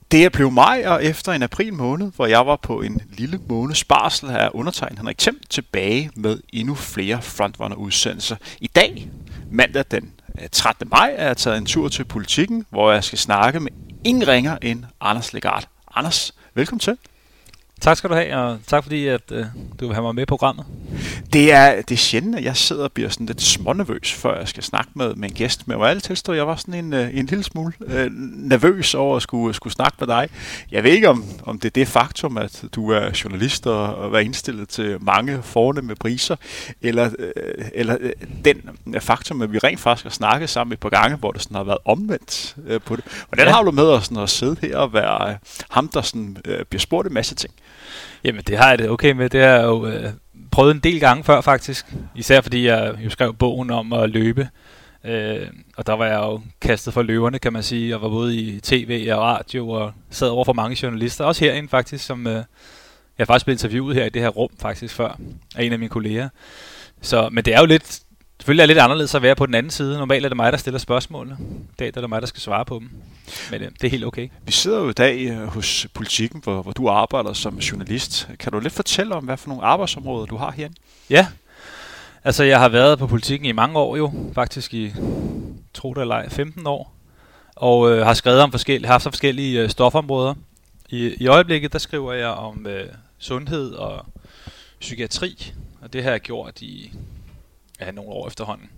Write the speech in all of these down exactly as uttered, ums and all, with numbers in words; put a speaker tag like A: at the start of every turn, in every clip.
A: Det er blevet maj, og efter en april måned, hvor jeg var på en lille måneds barsel, er undertegnet Henrik Thiem tilbage med endnu flere Frontrunner-udsendelser. I dag, mandag den trettende maj, er jeg taget en tur til Politiken, hvor jeg skal snakke med ingen ringer end Anders Legarth. Anders, velkommen til.
B: Tak skal du have, og tak fordi at, øh, du vil have mig med i programmet.
A: Det er, det er sjældent, at jeg sidder og bliver sådan lidt smånervøs, før jeg skal snakke med, med en gæst. Men jeg må ærligt tilstå, at jeg var sådan en, en lille smule øh, nervøs over at skulle, skulle snakke med dig. Jeg ved ikke, om, om det er det faktum, at du er journalist og, og er indstillet til mange fornemme priser, eller, øh, eller øh, den faktum, at vi rent faktisk har snakket sammen et par gange, hvor det sådan har været omvendt øh, på det. Hvordan ja. har du med at, sådan, at sidde her og være øh, ham, der sådan, øh, bliver spurgt en masse ting?
B: Jamen, det har jeg det okay med. Det har jeg jo øh, prøvet en del gange før, faktisk. Især fordi jeg jo skrev bogen om at løbe. Øh, og der var jeg jo kastet for løverne, kan man sige. Og var både i tv og radio og sad over for mange journalister. Også herinde, faktisk, som øh, jeg har faktisk blevet interviewet her i det her rum, faktisk, før af en af mine kolleger. Så, men det er jo lidt... Selvfølgelig er det lidt anderledes at være på den anden side. Normalt er det mig, der stiller spørgsmålene. I dag er det mig, der skal svare på dem. Men øh, det er helt okay.
A: Vi sidder jo i dag øh, hos Politiken, hvor, hvor du arbejder som journalist. Kan du lidt fortælle om, hvad for nogle arbejdsområder du har herinde?
B: Ja, altså jeg har været på Politiken i mange år jo. Faktisk i, tro det eller ej, femten år. Og øh, har skrevet om forskellige, haft så forskellige øh, stofområder. I, I øjeblikket, der skriver jeg om øh, sundhed og psykiatri. Og det har jeg gjort i... Ja, nogle år efterhånden.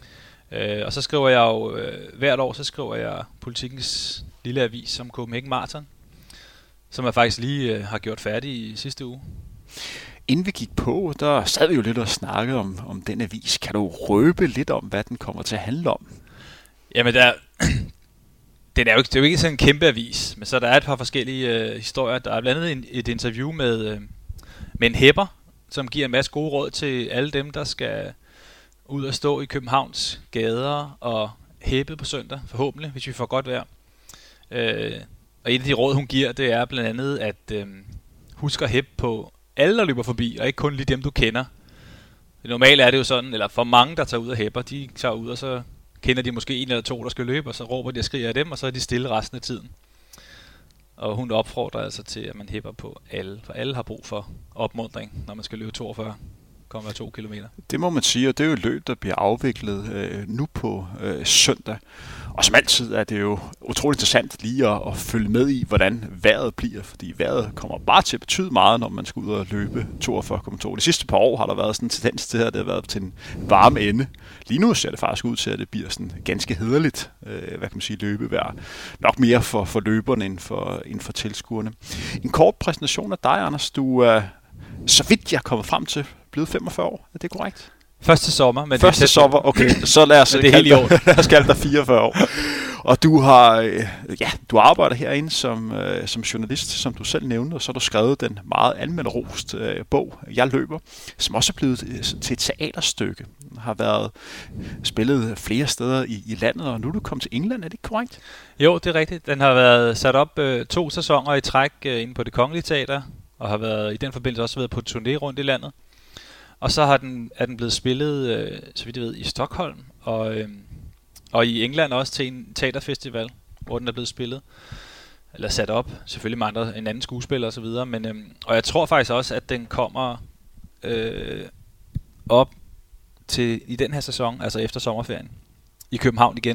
B: Øh, og så skriver jeg jo, øh, hvert år, så skriver jeg Politikens lille avis om Copenhagen Marathon, som jeg faktisk lige øh, har gjort færdig i sidste uge.
A: Inden vi gik på, der sad vi jo lidt og snakkede om, om den avis. Kan du røbe lidt om, hvad den kommer til at handle om?
B: Jamen, der, den er jo ikke, det er jo ikke sådan en kæmpe avis, men så der er et par forskellige øh, historier. Der er blandt andet en, et interview med, øh, med en hæpper, som giver en masse gode råd til alle dem, der skal ud og stå i Københavns gader og hæppe på søndag, forhåbentlig, hvis vi får godt vejr. Øh, og et af de råd, hun giver, det er blandt andet, at øh, husk at hæppe på alle, der løber forbi, og ikke kun lige dem, du kender. Normalt er det jo sådan, eller for mange, der tager ud og hæpper, de tager ud, og så kender de måske en eller to, der skal løbe, og så råber de og skriger af dem, og så er de stille resten af tiden. Og hun opfordrer altså til, at man hæpper på alle, for alle har brug for opmuntring, når man skal løbe toogfyrre komma to kilometer.
A: Det må man sige, og det er jo et løb, der bliver afviklet øh, nu på øh, søndag. Og som altid er det jo utroligt interessant lige at, at følge med i, hvordan vejret bliver, fordi vejret kommer bare til at betyde meget, når man skal ud og løbe toogfyrre komma to. De sidste par år har der været sådan en tendens til, at det har været til en varm ende. Lige nu ser det faktisk ud til, at det bliver sådan ganske hæderligt, øh, hvad kan man sige, løbevejr. Nok mere for, for løberne end for, end for tilskuerne. En kort præsentation af dig, Anders. Du er, så vidt jeg er kommet frem til, blevet femogfyrre år. Er det korrekt?
B: Første sommer. Men
A: Første sommer, okay. Så lad os kalde dig fireogfyrre år. Og du har, ja, du arbejder herinde som, øh, som journalist, som du selv nævnte, og så har du skrevet den meget anmelderost øh, bog, Jeg løber, som også er blevet øh, til et teaterstykke. Har været spillet flere steder i, i landet, og nu er du kommet til England. Er det ikke korrekt?
B: Jo, det er rigtigt. Den har været sat op øh, to sæsoner i træk øh, inde på Det Kongelige Teater, og har været i den forbindelse også været på turné rundt i landet. Og så har den, er den blevet spillet, øh, så vidt jeg ved, i Stockholm og, øh, og i England også til en teaterfestival, hvor den er blevet spillet. Eller sat op, selvfølgelig med andre, en anden skuespiller og så videre. Men, øh, og jeg tror faktisk også, at den kommer øh, op til i den her sæson, altså efter sommerferien, i København igen.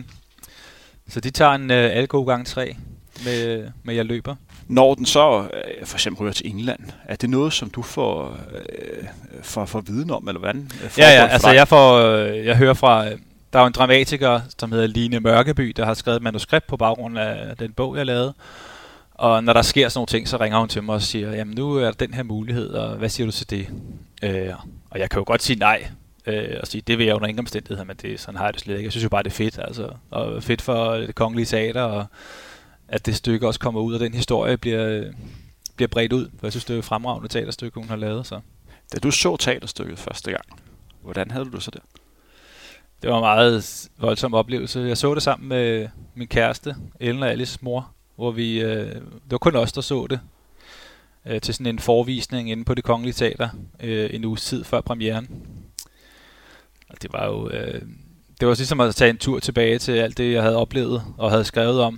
B: Så de tager en øh, alle gode gange tre med, med Jeg løber.
A: Når den så øh, for eksempel ryger til England, er det noget, som du får, øh, får, får viden om, eller hvordan?
B: Ja, ja, altså jeg, får, øh, jeg hører fra, øh, der er jo en dramatiker, som hedder Line Mørkeby, der har skrevet et manuskript på baggrund af den bog, jeg lavede. Og når der sker sådan nogle ting, så ringer hun til mig og siger, jamen nu er der den her mulighed, og hvad siger du til det? Øh, og jeg kan jo godt sige nej, øh, og sige, det vil jeg under ingen omstændigheder, men det, sådan har jeg det slet ikke. Jeg synes jo bare, det er fedt, altså, og fedt for Det Kongelige Teater, og at det stykke også kommer ud, og den historie bliver, bliver bredt ud. For jeg synes, det er et fremragende teaterstykke, hun har lavet. Så.
A: Da du så teaterstykket første gang, hvordan havde du det så der?
B: Det var en meget voldsom oplevelse. Jeg så det sammen med min kæreste, Ellen og Alice mor, hvor vi, øh, det var kun os, der så det, øh, til sådan en forvisning inde på Det Kongelige Teater, øh, en uges tid før premieren. Og det var jo, øh, det var ligesom at tage en tur tilbage til alt det, jeg havde oplevet og havde skrevet om.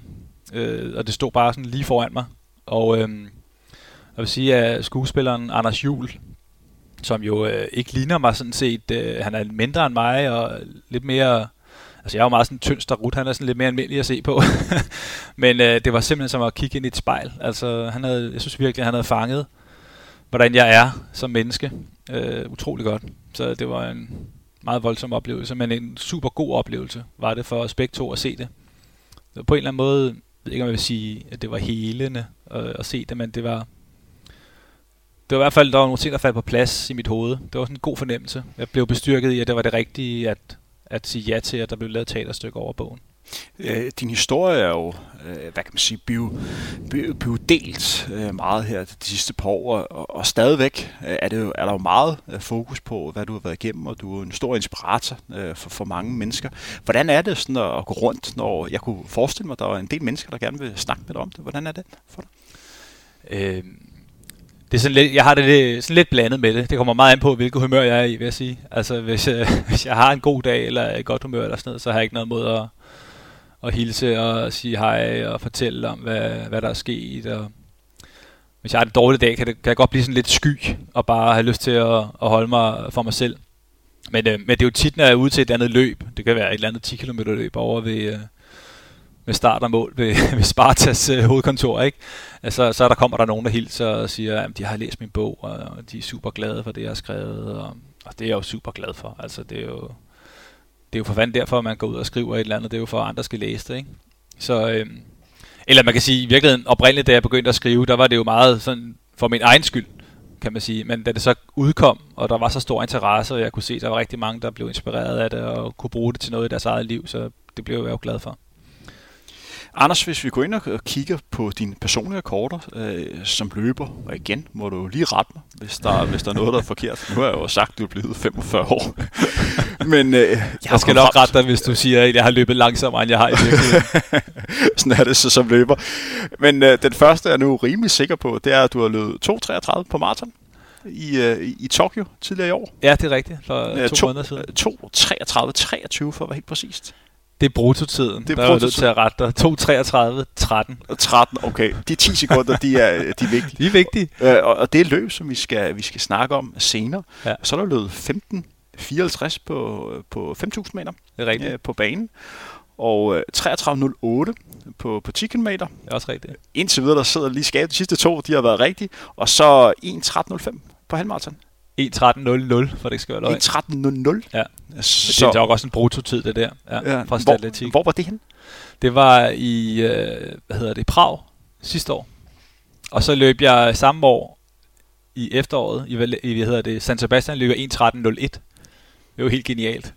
B: øh, og det stod bare sådan lige foran mig. Og øh, jeg vil sige, at skuespilleren Anders Juhl, som jo øh, ikke ligner mig sådan set, øh, han er mindre end mig, og lidt mere, altså jeg er jo meget sådan tynd starut, han er sådan lidt mere almindelig at se på, men øh, det var simpelthen som at kigge ind i et spejl. Altså han havde, jeg synes virkelig, han havde fanget, hvordan jeg er som menneske, øh, utrolig godt. Så det var en meget voldsom oplevelse, men en super god oplevelse var det for os begge to at se det. På en eller anden måde, jeg ved ikke om jeg vil sige, at det var helende øh, at se det, men det var, det var i hvert fald, der var nogle ting, der faldt på plads i mit hoved. Det var sådan en god fornemmelse. Jeg blev bestyrket i, at det var det rigtige at, at sige ja til, at der blev lavet teaterstykke over bogen.
A: Øh, din historie er jo, øh, hvad kan man sige, blev, blev, blev delt øh, meget her de sidste par år, og, og stadigvæk øh, er, det jo, er der jo meget øh, fokus på, hvad du har været igennem, og du er en stor inspirator øh, for, for mange mennesker. Hvordan er det sådan at, at gå rundt, når jeg kunne forestille mig, at der er en del mennesker, der gerne vil snakke med dig om det? Hvordan er det for dig?
B: Øh, det er sådan lidt, jeg har det lidt, sådan lidt blandet med det. Det kommer meget an på, hvilket humør jeg er i, vil jeg sige. Altså, hvis jeg, hvis jeg har en god dag, eller et godt humør, eller sådan noget, så har jeg ikke noget mod at og hilse og sige hej og fortælle om, hvad, hvad der er sket. Og hvis jeg har en dårlig dag, kan, det, kan jeg godt blive sådan lidt sky og bare have lyst til at, at holde mig for mig selv. Men, øh, men det er jo tit, når jeg er ude til et andet løb. Det kan være et eller andet ti kilometer løb over ved, øh, ved start og mål ved, ved Spartas øh, hovedkontor. Ikke? Altså, så der kommer der nogen, der hilser og siger, at de har læst min bog, og de er super glade for det, jeg har skrevet. Og, og det er jeg jo super glad for. Altså, det er jo... Det er jo for fanden derfor, at man går ud og skriver et eller andet. Det er jo for, at andre skal læse det, ikke? Så, øhm, eller man kan sige, i virkeligheden oprindeligt, da jeg begyndte at skrive, der var det jo meget sådan for min egen skyld, kan man sige. Men da det så udkom, og der var så stor interesse, og jeg kunne se, at der var rigtig mange, der blev inspireret af det, og kunne bruge det til noget i deres eget liv, så det blev jeg jo glad for.
A: Anders, hvis vi går ind og kigger på dine personlige rekorder øh, som løber, og igen må du lige rette mig, hvis der, hvis der er noget, der er forkert. Nu har jeg jo sagt, at du er blevet femogfyrre år. Men øh, jeg,
B: jeg skal nok rette dig, hvis du siger, at jeg har løbet langsommere, end jeg har i virkeligheden.
A: Sådan er det så som løber. Men øh, den første, jeg er nu rimelig sikker på, det er, at du har løbet to treogtredive på maraton i, øh, i Tokyo tidligere i år.
B: Ja, det er rigtigt. For
A: øh,
B: to,
A: to
B: måneder siden.
A: to treogtredive treogtyve for at være helt præcist.
B: Det er brutotiden.
A: Det er
B: der er nødt til at rette dig. to treogtredive tretten.
A: tretten, okay. De ti sekunder, de er, de er vigtige.
B: De er vigtige.
A: Øh, og, og det er løb, som vi skal, vi skal snakke om senere.
B: Ja.
A: Så er der løbet femten fireoghalvtreds på, på fem tusind meter.
B: Det er rigtigt.
A: Øh, på banen. Og øh, treogtredive nul otte på, på ti kilometer.
B: Det er også rigtigt.
A: Indtil videre, der sidder lige skabet. De sidste to, de har været rigtige. Og så en tretten nul fem på halvmarathon.
B: en tretten nul nul, for det ikke skal være løgn.
A: en tretten nul nul.
B: Ja.
A: Så
B: det er nok også en brutotid, det der, ja,
A: ja.
B: fra Statletik.
A: Hvor, hvor var det hen?
B: Det var i, øh, hvad hedder det, Prag sidste år. Og så løb jeg samme år i efteråret, i, i hvad hedder det, San Sebastian, løb jeg en tretten nul et. Det var helt genialt.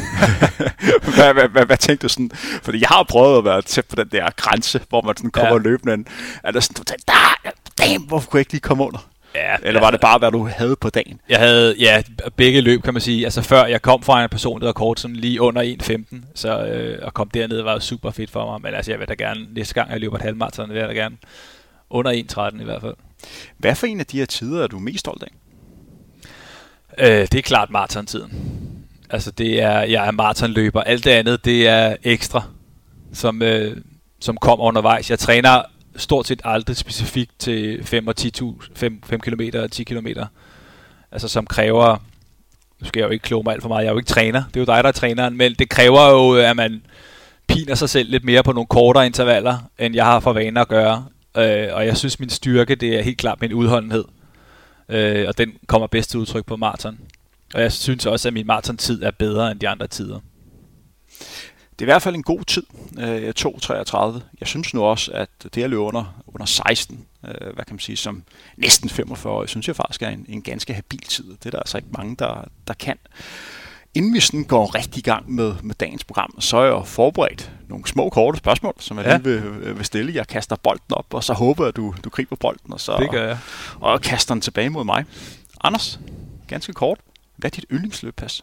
A: hvad, hvad, hvad, hvad tænkte du sådan? Fordi jeg har prøvet at være tæt på den der grænse, hvor man sådan kommer ja. løbende ind. Er der sådan, du tænkte, damn, hvorfor kunne jeg ikke lige komme under?
B: Ja,
A: Eller var det bare, hvad du havde på dagen?
B: Jeg havde, ja, begge løb, kan man sige. Altså før jeg kom fra en personlig rekord, sådan lige under en femten, så øh, at komme derned var super fedt for mig. Men altså, jeg vil da gerne, næste gang jeg løber et halvmarathon, vil jeg da gerne under en tretten i hvert fald.
A: Hvad for en af de her tider er du mest stolt af?
B: Øh, det er klart maratontiden. Altså, det er, jeg er maratonløber. Alt det andet, det er ekstra, som, øh, som kommer undervejs. Jeg træner stort set aldrig specifikt til fem og ti tusind, fem kilometer og ti kilometer. Altså som kræver, nu skal jeg jo ikke kloge mig alt for meget, jeg er jo ikke træner, det er jo dig, der er træneren, men det kræver jo, at man piner sig selv lidt mere på nogle kortere intervaller, end jeg har for vane at gøre. Øh, og jeg synes, min styrke, det er helt klart min udholdenhed. Øh, og den kommer bedst til udtryk på maraton. Og jeg synes også, at min maratontid er bedre end de andre tider.
A: Det er i hvert fald en god tid, øh, to treogtredive. Jeg synes nu også, at det at løbe under, under seksten, øh, hvad kan man sige, som næsten femogfyrre år, synes jeg faktisk er en, en ganske habil tid. Det er der altså ikke mange, der, der kan. Inden vi sådan går rigtig i gang med, med dagens program, så er jeg forberedt nogle små, korte spørgsmål, som jeg ja. lige vil, vil stille. Jeg kaster bolden op, og så håber jeg, at du, du griber bolden, og så
B: det gør jeg.
A: Og, og kaster den tilbage mod mig. Anders, ganske kort. Hvad er dit yndlingsløbpas?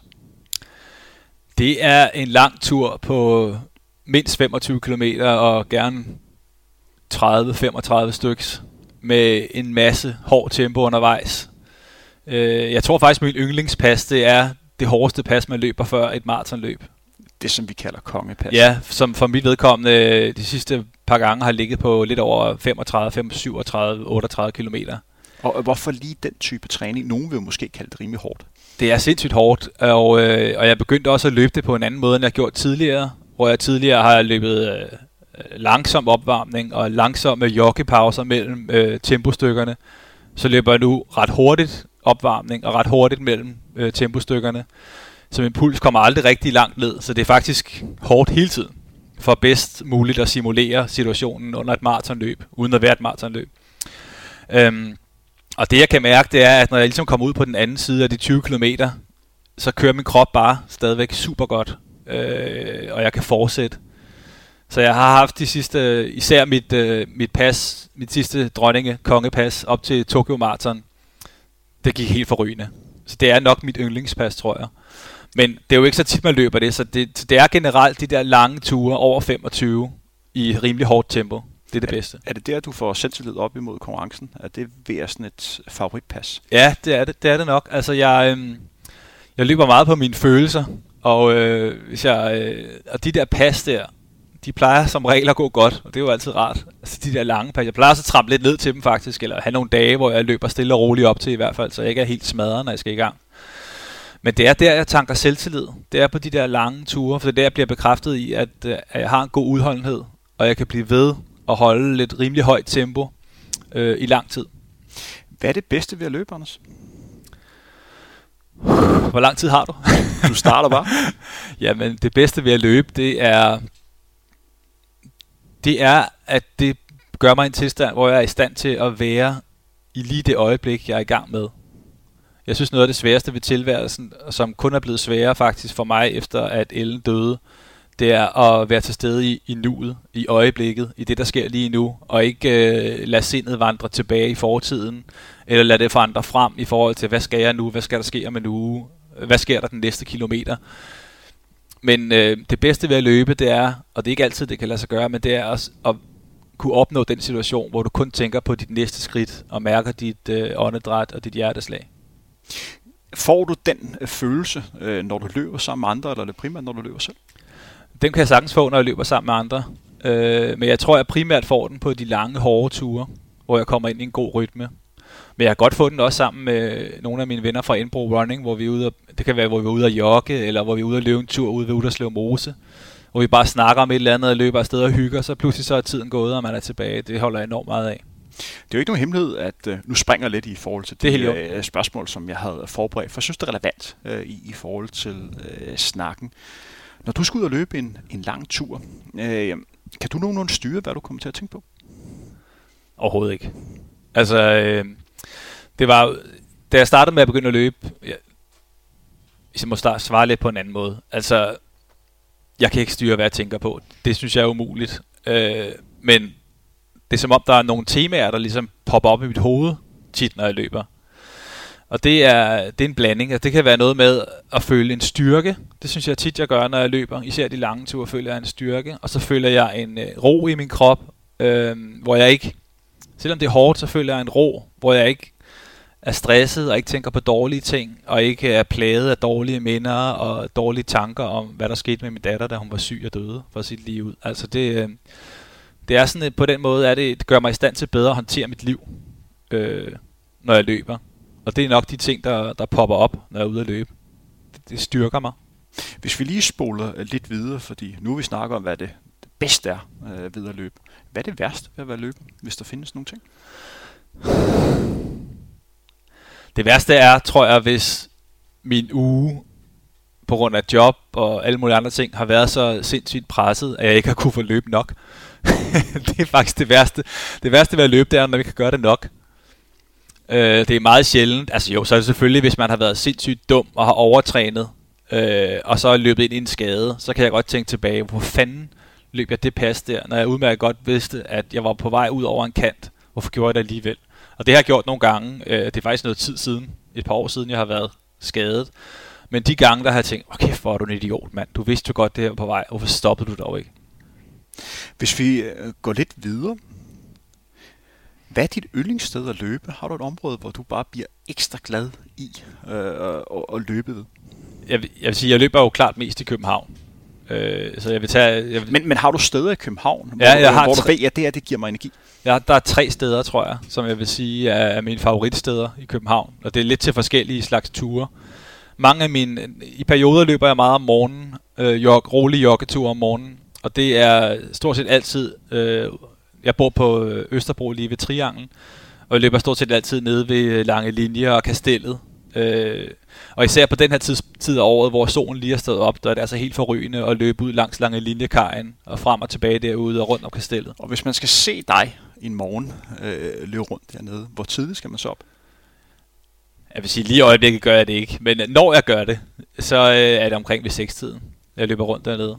B: Det er en lang tur på mindst femogtyve kilometer og gerne tredive til femogtredive styks med en masse hård tempo undervejs. Jeg tror faktisk, at min yndlingspas, det er det hårdeste pas, man løber før et maratonløb.
A: det, som vi kalder kongepas.
B: Ja, som for mit vedkommende de sidste par gange har ligget på lidt over femogtredive, syvogtredive, otteogtredive kilometer.
A: Og hvorfor lige den type træning? Nogen vil måske kalde det rimelig hårdt.
B: Det er sindssygt hårdt, og, øh, og jeg begyndte også at løbe det på en anden måde, end jeg har gjort tidligere, hvor jeg tidligere har løbet øh, langsom opvarmning og langsomme joggepauser mellem øh, tempostykkerne. Så løber jeg nu ret hurtigt opvarmning og ret hurtigt mellem øh, tempostykkerne. Så min puls kommer aldrig rigtig langt ned, så det er faktisk hårdt hele tiden, for bedst muligt at simulere situationen under et maratonløb, uden at være et maratonløb. Øhm, og det jeg kan mærke, det er, at når jeg ligesom kommer ud på den anden side af de tyve kilometer, så kører min krop bare stadigvæk super godt, øh, og jeg kan fortsætte. Så jeg har haft de sidste, især mit, øh, mit pas, mit sidste dronninge kongepas op til Tokyo Marathon, det gik helt forrygende. Så det er nok mit yndlingspas, tror jeg. Men det er jo ikke så tit, man løber det, så det, så det er generelt de der lange ture over femogtyve i rimelig hårdt tempo. Det er det
A: er,
B: bedste.
A: Er det der, du får selvtillid op imod konkurrencen? Er det ved sådan et favoritpas?
B: Ja, det er det, det er det nok. Altså, jeg, øhm, jeg løber meget på mine følelser, og, øh, hvis jeg, øh, og de der pas der, de plejer som regel at gå godt, og det er jo altid rart. Altså de der lange pas. Jeg plejer også at trampe lidt ned til dem faktisk, eller have nogle dage, hvor jeg løber stille og roligt op til i hvert fald, så jeg ikke er helt smadret, når jeg skal i gang. Men det er der, jeg tanker selvtillid. Det er på de der lange ture, for det er der, jeg bliver bekræftet i, at, at jeg har en god udholdenhed, og jeg kan blive ved at holde lidt rimelig højt tempo øh, i lang tid.
A: Hvad er det bedste ved at løbe, Anders?
B: Hvor lang tid har du?
A: Du starter bare.
B: Jamen, det bedste ved at løbe, det er, det er, at det gør mig en tilstand, hvor jeg er i stand til at være i lige det øjeblik, jeg er i gang med. Jeg synes, noget af det sværeste ved tilværelsen, som kun er blevet sværere faktisk for mig, efter at Ellen døde, det er at være til stede i, i nuet, i øjeblikket, i det, der sker lige nu, og ikke øh, lade sindet vandre tilbage i fortiden, eller lade det forandre frem i forhold til, hvad skal jeg nu, hvad skal der ske om en uge, hvad sker der den næste kilometer. Men øh, det bedste ved at løbe, det er, og det er ikke altid, det kan lade sig gøre, men det er også at kunne opnå den situation, hvor du kun tænker på dit næste skridt, og mærker dit øh, åndedræt og dit hjerteslag.
A: Får du den øh, følelse, øh, når du løber sammen med andre, eller er det primært, når du løber selv?
B: Den kan jeg sagtens få, når jeg løber sammen med andre. Øh, men jeg tror, jeg primært får den på de lange, hårde ture, hvor jeg kommer ind i en god rytme. Men jeg har godt fået den også sammen med nogle af mine venner fra Indbro Running, hvor vi er ude og, det kan være, hvor vi er ude at jogge, eller hvor vi er ude at løbe en tur ude ved Uderslev Mose, hvor vi bare snakker om et eller andet og løber afsted og hygger, så pludselig så er tiden gået, og man er tilbage. Det holder jeg enormt meget af.
A: Det er jo ikke nogen hemmelighed, at øh, nu springer lidt i forhold til de øh, spørgsmål, som jeg havde forberedt, for jeg synes, det er relevant øh, i, i forhold til øh, snakken. Når du skal ud og løbe en, en lang tur, øh, kan du nogenlunde styre, hvad du kommer til at tænke på?
B: Overhovedet ikke. Altså, øh, det var, da jeg startede med at begynde at løbe, jeg, hvis jeg må starte, svare lidt på en anden måde. Altså, jeg kan ikke styre, hvad jeg tænker på. Det synes jeg er umuligt. Øh, men det er som om, der er nogle temaer, der ligesom popper op i mit hoved tit, når jeg løber. Og det er, det er en blanding. Altså, det kan være noget med at føle en styrke. Det synes jeg tit, jeg gør, når jeg løber. Især de lange ture føler jeg en styrke. Og så føler jeg en øh, ro i min krop, øh, hvor jeg ikke, selvom det er hårdt, så føler jeg en ro, hvor jeg ikke er stresset og ikke tænker på dårlige ting, og ikke er plaget af dårlige minder og dårlige tanker om, hvad der skete med min datter, da hun var syg og døde for sit liv ud. Altså det, øh, det er sådan, på den måde, at det, det gør mig i stand til bedre at håndtere mit liv, øh, når jeg løber. Og det er nok de ting, der, der popper op, når jeg er ude at løbe. Det, det styrker mig.
A: Hvis vi lige spoler lidt videre, fordi nu vi snakker om, hvad det, det bedste er øh, ved at løbe. Hvad er det værste ved at være løbe, hvis der findes nogle ting?
B: Det værste er, tror jeg, hvis min uge på grund af job og alle mulige andre ting har været så sindssygt presset, at jeg ikke har kunne få løbe nok. Det er faktisk det værste. Det værste ved at løbe, det er, når vi kan gøre det nok. Øh, det er meget sjældent. Altså jo, så er det selvfølgelig, hvis man har været sindssygt dum og har overtrænet, øh, og så er løbet ind i en skade, så kan jeg godt tænke tilbage, hvor fanden løb jeg det pas der, når jeg udmærket godt vidste, at jeg var på vej ud over en kant. Hvorfor gjorde jeg det alligevel? Og det har jeg gjort nogle gange. Øh, det er faktisk noget tid siden, et par år siden, jeg har været skadet. Men de gange, der har jeg tænkt, okay, for er du en idiot, mand. Du vidste jo godt, det her på vej. Hvorfor stoppede du dog ikke? Hvis vi øh, går lidt videre.
A: Hvad er dit yndlingssted at løbe? Har du et område, hvor du bare bliver ekstra glad i øh, at, at løbe ved?
B: Jeg, jeg vil sige, jeg løber jo klart mest i København. Øh, så jeg vil tage... Jeg vil...
A: Men, men har du steder i København,
B: ja,
A: hvor,
B: jeg har
A: hvor
B: tre...
A: du ved, at det her, det giver mig energi?
B: Ja, der er tre steder, tror jeg, som jeg vil sige er, er mine favoritsteder i København. Og det er lidt til forskellige slags ture. Mange af mine... I perioder løber jeg meget om morgenen. Øh, jog, rolig joggetur om morgenen. Og det er stort set altid... Øh, jeg bor på Østerbro lige ved Trianglen. Og jeg løber stort set altid nede ved Lange Linjer og Kastellet. Øh, og især på den her tid, tid af året, hvor solen lige er stået op, der er det altså helt forrygende at løbe ud langs Lange Linjekajen og frem og tilbage derude og rundt om Kastellet.
A: Og hvis man skal se dig en morgen øh, løbe rundt dernede, hvor tidligt skal man så op?
B: Jeg vil sige, lige i øjeblikket gør jeg det ikke, men når jeg gør det, så øh, er det omkring ved seks-tiden, jeg løber rundt dernede.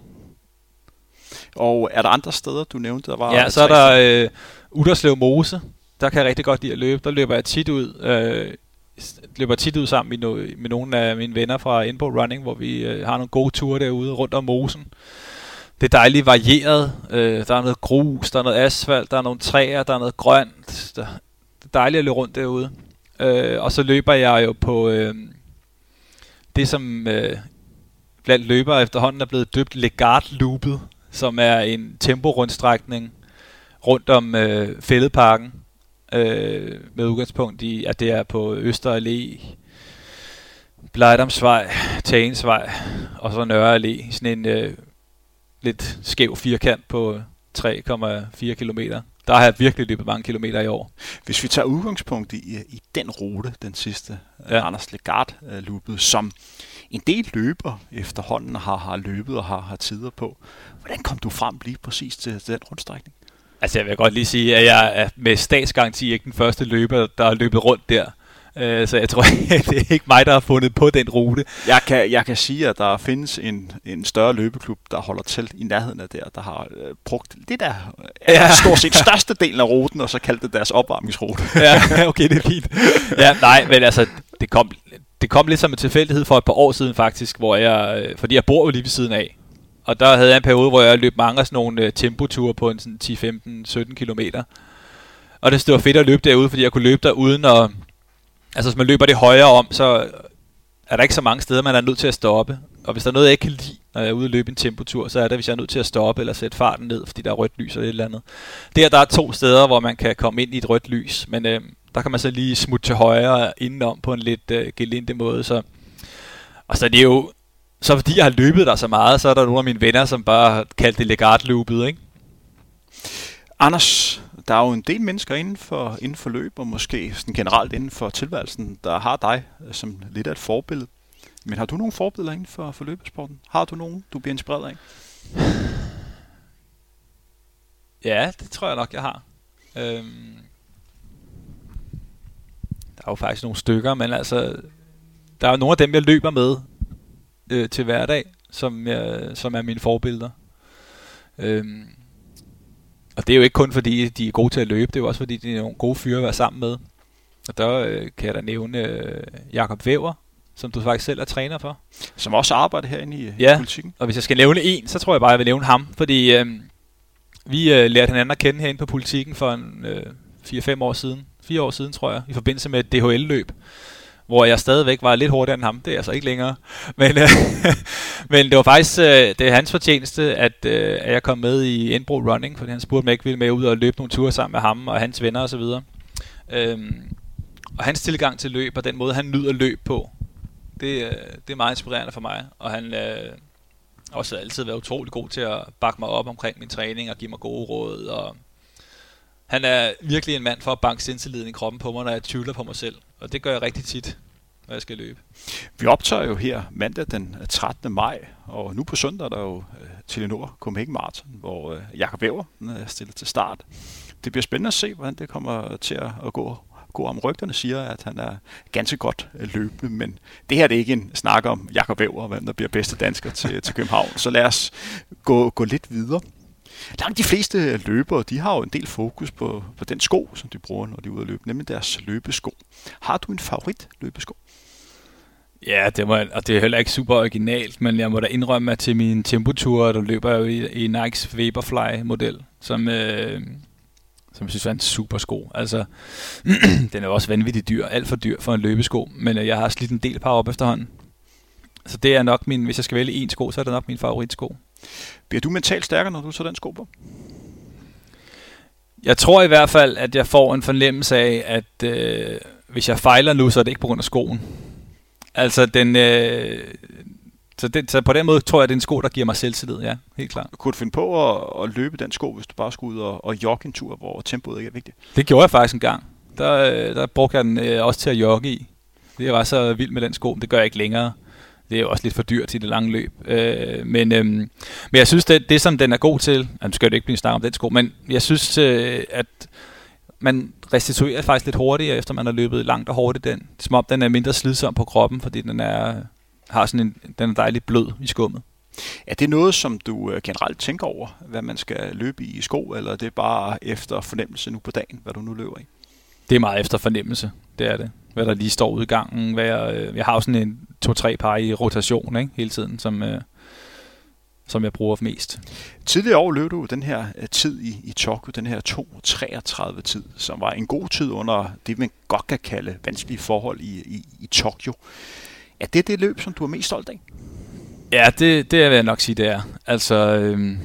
A: Og er der andre steder, du nævnte, der var...
B: Ja, så er der øh, Utterslev Mose, der kan jeg rigtig godt lide at løbe, der løber jeg tit ud... Øh, løber tit ud sammen med, no- med nogle af mine venner fra Inbo Running, hvor vi øh, har nogle gode ture derude rundt om mosen. Det er dejligt varieret. Øh, der er noget grus, der er noget asfalt, der er nogle træer, der er noget grønt. Der, det er dejligt at løbe rundt derude. Øh, og så løber jeg jo på øh, det, som øh, blandt løbere efterhånden er blevet døbt Legard-loopet, som er en tempo-rundstrækning rundt om øh, Fælledparken. Øh, med udgangspunkt i, at det er på Øster Allé, Blejdomsvej, Tagensvej og så Nørre Allé. Sådan en øh, lidt skæv firkant på tre komma fire kilometer. Der har jeg virkelig løbet mange kilometer i år.
A: Hvis vi tager udgangspunkt i, i den rute, den sidste,
B: ja.
A: Randers Legard-loopet, som en del løber efterhånden har, har løbet og har, har tider på. Hvordan kom du frem lige præcis til, til den rundstrækning?
B: Altså jeg vil godt lige sige, at jeg er med statsgaranti ikke den første løber, der har løbet rundt der. Uh, så jeg tror, det er ikke mig, der har fundet på den rute.
A: Jeg kan, jeg kan sige, at der findes en, en større løbeklub, der holder til i nærheden af der, der har øh, brugt det der ja. stort set største delen af ruten, og så kaldt det deres opvarmningsrute.
B: Ja, okay, det er fint. Ja, nej, men altså, det kom, det kom lidt som en tilfældighed for et par år siden faktisk, hvor jeg, fordi jeg bor jo lige ved siden af. Og der havde jeg en periode, hvor jeg løb mange af sådan nogle uh, tempoture på en sådan ti, femten, sytten kilometer. Og det var fedt at løbe derude, fordi jeg kunne løbe der uden at... Altså hvis man løber det højere om, så er der ikke så mange steder, man er nødt til at stoppe. Og hvis der er noget, jeg ikke kan lide, når jeg er ude og løbe en tempotur, så er det, hvis jeg er nødt til at stoppe eller sætte farten ned, fordi der er rødt lys eller et eller andet. Der, der er to steder, hvor man kan komme ind i et rødt lys, men øh, der kan man så lige smutte til højre indenom på en lidt øh, gelinde måde. Så. Og så er det jo... Så fordi jeg har løbet der så meget, så er der nogle af mine venner, som bare har kaldt det Legard-loopet, ikke?
A: Anders, der er jo en del mennesker inden for, inden for løb, og måske sådan generelt inden for tilværelsen, der har dig som lidt af et forbillede. Men har du nogle forbilleder inden for, for løbesporten? Har du nogen, du bliver inspireret af?
B: Ja, det tror jeg nok, jeg har. Øhm, der er jo faktisk nogle stykker, men altså, der er jo nogle af dem, jeg løber med øh, til hverdag, som, jeg, som er mine forbilleder. Øhm, og det er jo ikke kun fordi, de er gode til at løbe, det er jo også fordi, de er nogle gode fyre at være sammen med. Og der øh, kan jeg da nævne øh, Jakob Væver, som du faktisk selv er træner for.
A: Som også arbejder herinde i,
B: ja,
A: i politikken.
B: Og hvis jeg skal nævne en, så tror jeg bare, jeg vil nævne ham, fordi øh, vi øh, lærte hinanden at kende herinde på politikken for en øh, fire fem år siden, fire år siden tror jeg, i forbindelse med et D H L-løb, hvor jeg stadigvæk var lidt hurtigere end ham. Det er altså ikke længere. Men, øh, men det var faktisk øh, det er hans fortjeneste, at, øh, at jeg kom med i Inbro Running, fordi han spurgte mig ikke ville med ud og løbe nogle ture sammen med ham og hans venner osv. Øhm, og hans tilgang til løb og den måde, han nyder løb på, det, øh, det er meget inspirerende for mig. Og han øh, har også altid været utrolig god til at bakke mig op omkring min træning og give mig gode råd. Og han er virkelig en mand for at banke sindtilliden i kroppen på mig, når jeg tvivler på mig selv. Og det gør jeg rigtig tit, når jeg skal løbe.
A: Vi optager jo her mandag den trettende maj, og nu på søndag er der jo uh, Telenor Copenhagen Marathon, hvor uh, Jakob Væver er stillet til start. Det bliver spændende at se, hvordan det kommer til at gå. gå om. Rygterne siger, at han er ganske godt uh, løbende, men det her det er ikke en snak om Jakob Væver, og hvem der bliver bedste dansker til, til København. Så lad os gå, gå lidt videre. Langt de fleste løbere, de har jo en del fokus på, på den sko, som de bruger, når de er ude at løbe, nemlig deres løbesko. Har du en favorit løbesko?
B: Ja, det må, og det er heller ikke super originalt, men jeg må da indrømme, at til mine tempoture, der løber jeg jo i, i Nikes Vaporfly-model, som, øh, som jeg synes er en super sko. Altså, den er også vanvittigt dyr, alt for dyr for en løbesko, men jeg har slidt en del par op efterhånden. Så det er nok min, hvis jeg skal vælge en sko, så er det nok min favoritsko.
A: Bliver du mentalt stærkere, når du tager den sko på?
B: Jeg tror i hvert fald, at jeg får en fornemmelse af, at øh, hvis jeg fejler nu, så er det ikke på grund af skoen. Altså, den, øh, så, det, så på den måde tror jeg, at det er en sko, der giver mig selvtillid, ja, helt klart.
A: Kunne du finde på at, at løbe den sko, hvis du bare skulle ud og, og jogge en tur, hvor tempoet ikke er vigtigt?
B: Det gjorde jeg faktisk en gang. Der, der brugte jeg den øh, også til at jogge i. Det var så vild med den sko, det gør jeg ikke længere. Det er jo også lidt for dyrt i det lange løb. Øh, men, øh, men jeg synes, det, det som den er god til, nu skal det ikke blive snakket om den sko, men jeg synes, øh, at man restituerer faktisk lidt hurtigere, efter man har løbet langt og hårdt i den. Som om den er mindre slidsom på kroppen, fordi den er, har sådan en, den er dejligt blød i skummet.
A: Er det noget, som du generelt tænker over, hvad man skal løbe i sko, eller er det bare efter fornemmelse nu på dagen, hvad du nu løber i?
B: Det er meget efter fornemmelse, det er det. Hvad der lige står ude i gangen. Hvad jeg, jeg har jo sådan en to-tre par i rotation, ikke, hele tiden, som, øh, som jeg bruger mest.
A: Tidligere år løb du den her tid i, i Tokyo, den her to treogtredive tid, som var en god tid under det, man godt kan kalde vanskelige forhold i, i, i Tokyo. Er det det løb, som du er mest stolt af?
B: Ja, det, det vil jeg nok sige, det er. Altså, øhm,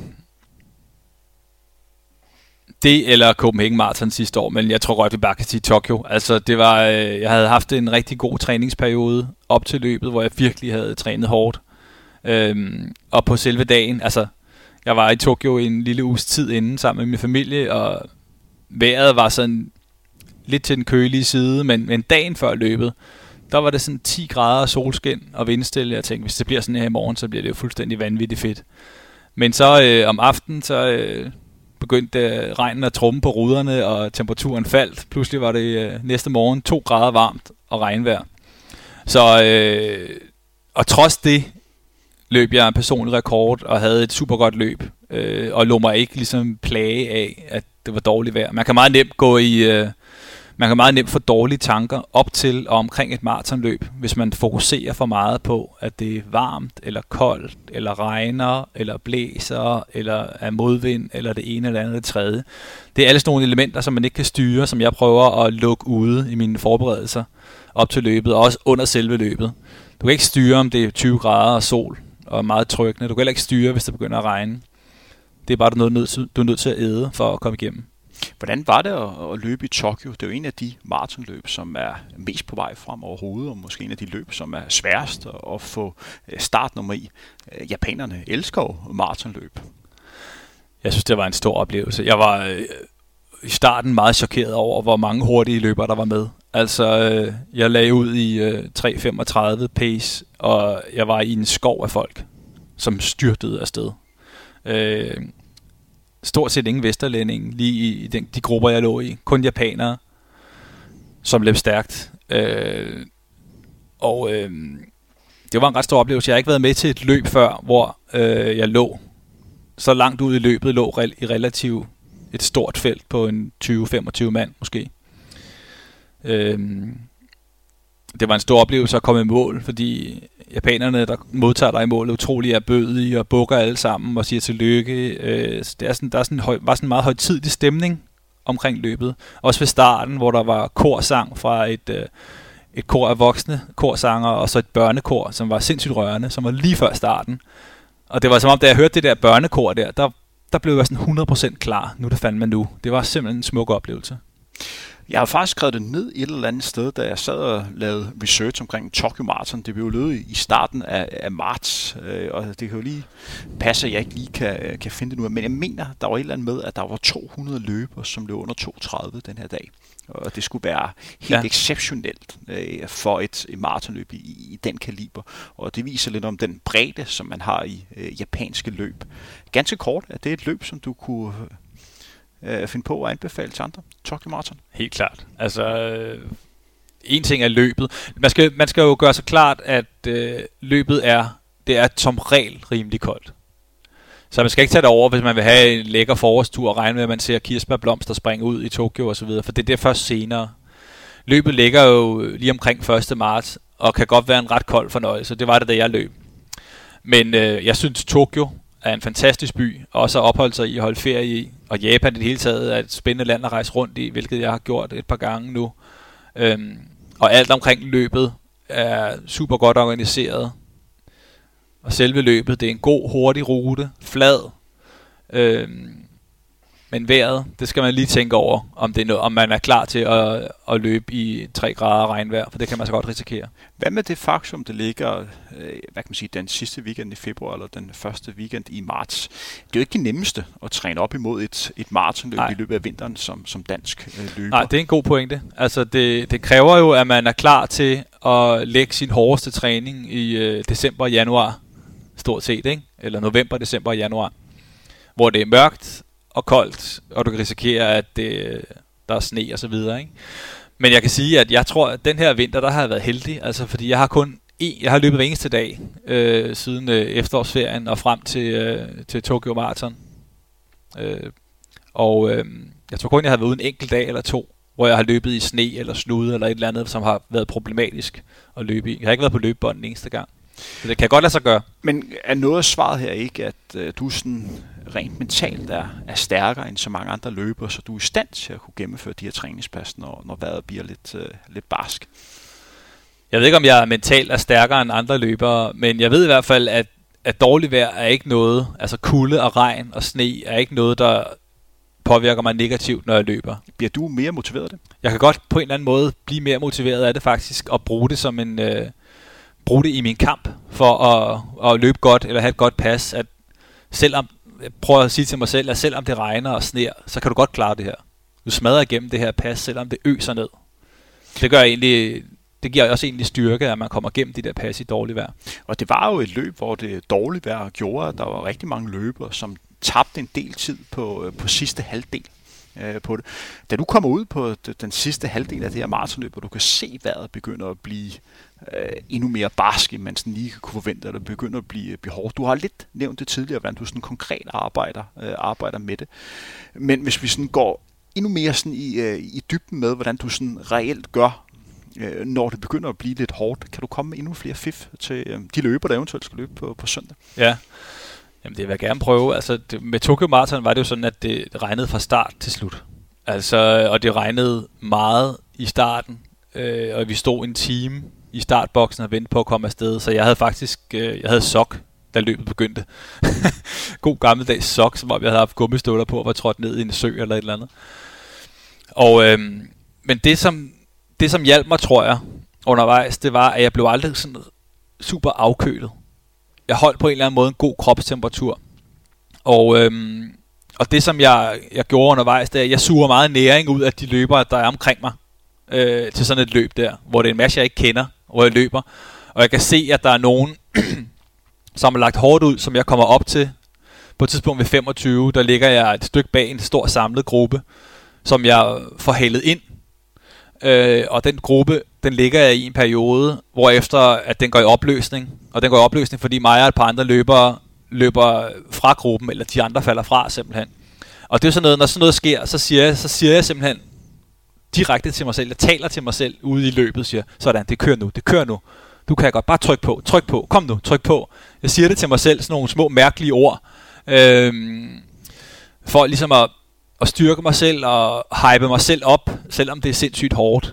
B: det eller Copenhagen Marathon sidste år, men jeg tror godt, vi bare kan sige Tokyo. Altså, det var, øh, jeg havde haft en rigtig god træningsperiode op til løbet, hvor jeg virkelig havde trænet hårdt. Øhm, og på selve dagen, altså, jeg var i Tokyo en lille uges tid inden sammen med min familie, og vejret var sådan lidt til den kølige side, men, men dagen før løbet, der var det sådan ti grader solskin og vindstille. Jeg tænkte, hvis det bliver sådan her i morgen, så bliver det jo fuldstændig vanvittigt fedt. Men så øh, om aftenen, så øh, begyndte øh, regnen at trumme på ruderne, og temperaturen faldt. Pludselig var det øh, næste morgen to grader varmt og regnvejr. Så, øh, og trods det løb jeg en personlig rekord og havde et super godt løb. Øh, og lå mig ikke ligesom plage af, at det var dårligt vejr. Man kan meget nemt gå i... Øh, Man kan meget nemt få dårlige tanker op til og omkring et maratonløb, hvis man fokuserer for meget på, at det er varmt, eller koldt, eller regner, eller blæser, eller er modvind, eller det ene eller andet eller det tredje. Det er alle sådan nogle elementer, som man ikke kan styre, som jeg prøver at lukke ude i mine forberedelser op til løbet, og også under selve løbet. Du kan ikke styre, om det er tyve grader og sol, og meget trykkende. Du kan heller ikke styre, hvis det begynder at regne. Det er bare noget, du er nødt til at æde for at komme igennem.
A: Hvordan var det at, at løbe i Tokyo? Det er jo en af de maratonløb, som er mest på vej frem overhovedet, og måske en af de løb, som er sværest at få startnummer i. Japanerne elsker jo maratonløb.
B: Jeg synes, det var en stor oplevelse. Jeg var øh, i starten meget chokeret over, hvor mange hurtige løbere der var med. Altså, øh, jeg lagde ud i øh, tre femogtredive pace, og jeg var i en skov af folk, som styrtede afsted. Øh, Stort set ingen vesterlænding lige i den, de grupper, jeg lå i. Kun japanere, som løb stærkt. Øh, og øh, det var en ret stor oplevelse. Jeg har ikke været med til et løb før, hvor øh, jeg lå så langt ud i løbet, lå re- i relativt et stort felt på en tyve til femogtyve mand måske. Øh, det var en stor oplevelse at komme i mål, fordi japanerne, der modtager dig i målet, utrolig er bødige og bukker alle sammen og siger tillykke. Øh, det er sådan, der er sådan høj, var sådan en meget højtidig stemning omkring løbet. Også ved starten, hvor der var korsang fra et, øh, et kor af voksne korsanger, og så et børnekor, som var sindssygt rørende, som var lige før starten. Og det var som om, da jeg hørte det der børnekor der, der, der blev jeg sådan hundrede procent klar. Nu det fandt man nu. Det var simpelthen en smuk oplevelse.
A: Jeg har faktisk skrevet det ned et eller andet sted, da jeg sad og lavede research omkring Tokyo Marathon. Det blev jo løbet i starten af, af marts, øh, og det kan jo lige passe, at jeg ikke lige kan, kan finde det nu. Men jeg mener, der var et eller andet med, at der var to hundrede løbere, som løb under to tredive den her dag. Og det skulle være helt ja. exceptionelt øh, for et, et maratonløb i, i den kaliber. Og det viser lidt om den bredde, som man har i øh, japanske løb. Ganske kort, er det et løb, som du kunne... Øh, finde på at anbefale til andre? Tokyo Marathon?
B: Helt klart. Altså, øh, en ting er løbet. Man skal, man skal jo gøre sig klart, at øh, løbet er, det er som regel rimelig koldt. Så man skal ikke tage det over, hvis man vil have en lækker forårstur og regne med, at man ser kirsebærblomster springe ud i Tokyo og så videre, for det er det først senere. Løbet ligger jo lige omkring første marts, og kan godt være en ret kold fornøjelse. Det var det, da jeg løb. Men øh, jeg synes, Tokyo er en fantastisk by, også at opholde sig i og holde ferie i. Og Japan i det hele taget er et spændende land at rejse rundt i, hvilket jeg har gjort et par gange nu. Øhm, og alt omkring løbet er super godt organiseret. og selve løbet, det er en god, hurtig rute, flad, øh, men vejret, det skal man lige tænke over, om, det er noget, om man er klar til at, at løbe i tre grader regnvejr, for det kan man så godt risikere.
A: Hvad med det faktum, det ligger øh, hvad kan man sige, den sidste weekend i februar, eller den første weekend i marts? Det er jo ikke det nemmeste at træne op imod et, et maratonløb i løbet af vinteren som, som dansk øh, løber.
B: Nej, det er en god pointe. Altså det, det kræver jo, at man er klar til at lægge sin hårdeste træning i øh, december og januar, stort set, ikke? Eller november, december og januar, hvor det er mørkt og koldt, og du kan risikere, at det, der er sne og så videre, ikke? Men jeg kan sige, at jeg tror, at den her vinter, der har jeg været heldig, altså fordi jeg har kun en, jeg har løbet hver eneste dag øh, siden øh, efterårsferien og frem til, øh, til Tokyo Marathon. Øh, og øh, jeg tror kun, jeg har været ude en enkelt dag eller to, hvor jeg har løbet i sne eller snude eller et eller andet, som har været problematisk at løbe i. Jeg har ikke været på løbebånden eneste gang. Så det kan godt lade sig gøre.
A: Men er noget af svaret her ikke, at øh, du sådan rent mentalt er, er stærkere end så mange andre løbere, så du er i stand til at kunne gennemføre de her træningspas, når, når vejret bliver lidt, øh, lidt barsk?
B: Jeg ved ikke, om jeg mentalt er stærkere end andre løbere, men jeg ved i hvert fald, at, at dårligt vejr er ikke noget, altså kulde og regn og sne er ikke noget, der påvirker mig negativt, når jeg løber.
A: Bliver du mere motiveret af det?
B: Jeg kan godt på en eller anden måde blive mere motiveret af det faktisk, og bruge det som en... Øh, bruge det i min kamp for at, at løbe godt eller have et godt pas, at selvom, jeg prøver at sige til mig selv, at selvom det regner og sner, så kan du godt klare det her. Du smadrer igennem det her pas, selvom det øser ned. Det gør egentlig, det giver også egentlig styrke, at man kommer igennem de der pas i dårligt vejr.
A: Og det var jo et løb, hvor det dårligt vejr gjorde, at der var rigtig mange løbere, som tabte en del tid på, på sidste halvdel øh, på det. Da du kommer ud på den sidste halvdel af det her maratonløb, og du kan se, at vejret begynder at blive øh, endnu mere barsk, end man sådan lige kunne forvente, at det begynder at blive, blive hårdt. Du har lidt nævnt det tidligere, hvordan du sådan konkret arbejder, øh, arbejder med det. Men hvis vi sådan går endnu mere sådan i, øh, i dybden med, hvordan du sådan reelt gør, øh, når det begynder at blive lidt hårdt, kan du komme med endnu flere fif til øh, de løber, der eventuelt skal løbe på, på søndag?
B: Ja. Jamen det vil jeg gerne prøve. Altså det, med Tokyo Marathon var det jo sådan, at det regnede fra start til slut. Altså, og det regnede meget i starten, øh, og vi stod en time i startboksen og ventede på at komme afsted, så jeg havde faktisk, øh, jeg havde sok, da løbet begyndte. God gammeldags sok, som om jeg havde haft gummistøvler på og var trådt ned i en sø eller et eller andet. Og, øh, men det som, det som hjalp mig, tror jeg, undervejs, det var, at jeg blev aldrig sådan super afkølet. Jeg holdt på en eller anden måde en god kropstemperatur. Og, øhm, og det som jeg, jeg gjorde undervejs, det er, at jeg suger meget næring ud af de løbere, der er omkring mig, øh, til sådan et løb der, hvor det er en masse, jeg ikke kender, hvor jeg løber. Og jeg kan se, at der er nogen, som har lagt hårdt ud, som jeg kommer op til. På et tidspunkt ved femogtyve, der ligger jeg et stykke bag en stor samlet gruppe, som jeg får hældet ind. Øh, og den gruppe, den ligger jeg i en periode, hvor efter at den går i opløsning, og den går i opløsning, fordi mig og et par andre løbere løber fra gruppen, eller de andre falder fra simpelthen. Og det er sådan noget, når sådan noget sker, så siger jeg, så siger jeg simpelthen direkte til mig selv, jeg taler til mig selv ude i løbet, siger, sådan, det kører nu, det kører nu. Du kan godt bare trykke på, tryk på, kom nu, tryk på. Jeg siger det til mig selv, sådan nogle små mærkelige ord, øhm, for ligesom at og styrke mig selv og hype mig selv op, selvom det er sindssygt hårdt.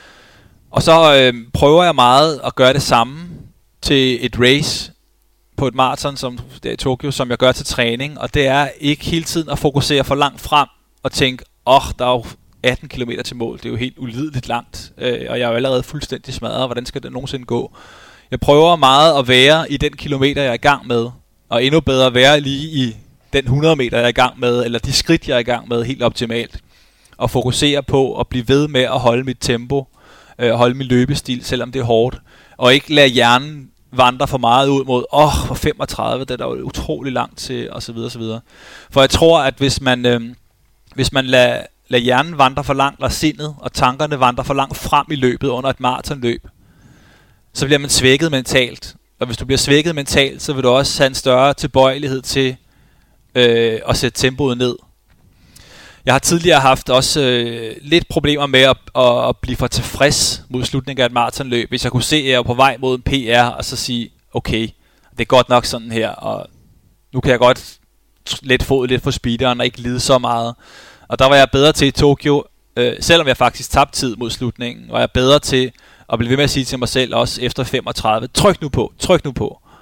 B: Og så øh, prøver jeg meget at gøre det samme til et race på et maraton som der i Tokyo, som jeg gør til træning. Og det er ikke hele tiden at fokusere for langt frem og tænke, åh, oh, der er jo atten kilometer til mål. Det er jo helt ulideligt langt, øh, og jeg er jo allerede fuldstændig smadret. Hvordan skal det nogensinde gå? Jeg prøver meget at være i den kilometer, jeg er i gang med, og endnu bedre at være lige i den hundrede meter, jeg er i gang med, eller de skridt, jeg er i gang med, helt optimalt. Og fokusere på at blive ved med at holde mit tempo, øh, holde min løbestil, selvom det er hårdt. Og ikke lade hjernen vandre for meget ud mod, åh, oh, for femogtredive, det er der jo utrolig langt til, og så videre, og så videre. For jeg tror, at hvis man, øh, hvis man lader, lader hjernen vandre for langt, eller sindet og tankerne vandre for langt frem i løbet under et maratonløb, så bliver man svækket mentalt. Og hvis du bliver svækket mentalt, så vil du også have en større tilbøjelighed til Øh, og sætte tempoet ned. Jeg har tidligere haft også øh, lidt problemer med at, at, at blive for tilfreds mod slutningen af et maratonløb, hvis jeg kunne se, at jeg er på vej mod en P R, og så sige, okay, det er godt nok sådan her, og nu kan jeg godt lidt få lidt for speederen og ikke lide så meget. Og der var jeg bedre til i Tokyo, øh, selvom jeg faktisk tabte tid mod slutningen, var jeg bedre til at blive ved med at sige til mig selv også efter femogtredive, tryk nu på, tryk nu på.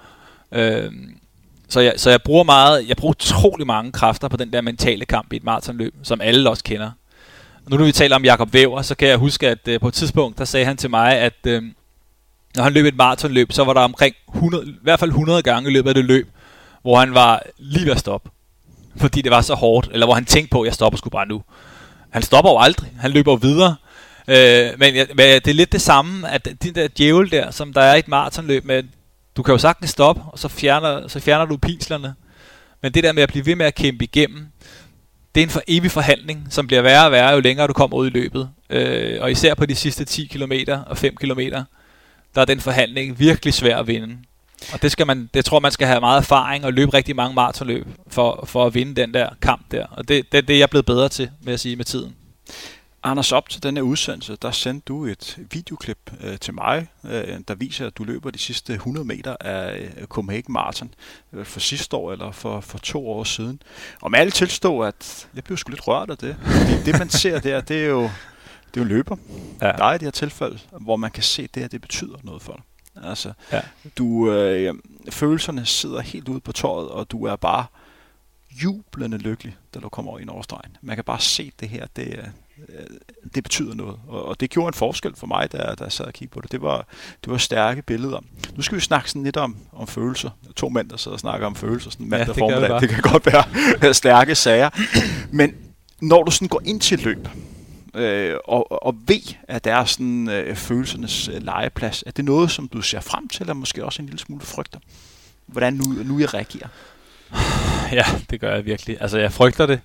B: Øh, så, jeg, så jeg bruger meget, jeg bruger utrolig mange kræfter på den der mentale kamp i et maratonløb, som alle også kender. Nu når vi taler om Jakob Væver, så kan jeg huske, at øh, på et tidspunkt, der sagde han til mig, at øh, når han løb et maratonløb, så var der omkring hundrede, i hvert fald hundrede gange i løbet af det løb, hvor han var lige ved at stoppe, fordi det var så hårdt, eller hvor han tænkte på, at jeg stopper sgu bare nu. Han stopper jo aldrig, han løber videre. Øh, men, ja, men det er lidt det samme, at den der djævel der, som der er i et maratonløb, med, du kan jo sagtens stoppe, og så fjerner, så fjerner du pinslerne. Men det der med at blive ved med at kæmpe igennem, det er en for evig forhandling, som bliver værre og værre, jo længere du kommer ud i løbet. Øh, og især på de sidste ti kilometer og fem kilometer, der er den forhandling virkelig svær at vinde. Og det skal man, det tror man skal have meget erfaring og løbe rigtig mange maratonløb for, for at vinde den der kamp der. Og det, det, det er jeg blevet bedre til, med at sige, med tiden.
A: Anders, op til denne udsendelse, der sendte du et videoklip øh, til mig, øh, der viser, at du løber de sidste hundrede meter af øh, Copenhagen Marathon øh, for sidste år eller for, for to år siden. Og med alle tilstå, at jeg blev sgu lidt rørt af det. Fordi det, man ser der, det er jo, det er jo en løber. Ja. Der er i det her tilfælde, hvor man kan se, at det her, det betyder noget for dig. Altså, ja. du, øh, følelserne sidder helt ude på tøjet, og du er bare jublende lykkelig, da du kommer over i en overstregen. Man kan bare se det her, det er det betyder noget, og det gjorde en forskel for mig, da jeg sad og kiggede på det. Det var, det var stærke billeder. Nu skal vi snakke sådan lidt om, om følelser. To mænd, der sidder og snakker om følelser, sådan en mandag ja, formiddag. Det, det kan godt være stærke sager. Men når du sådan går ind til løb, øh, og, og ved, at der er sådan øh, følelsernes øh, legeplads, er det noget, som du ser frem til, eller måske også en lille smule frygter? Hvordan nu, nu jeg reagerer?
B: Ja, det gør jeg virkelig. Altså, jeg frygter det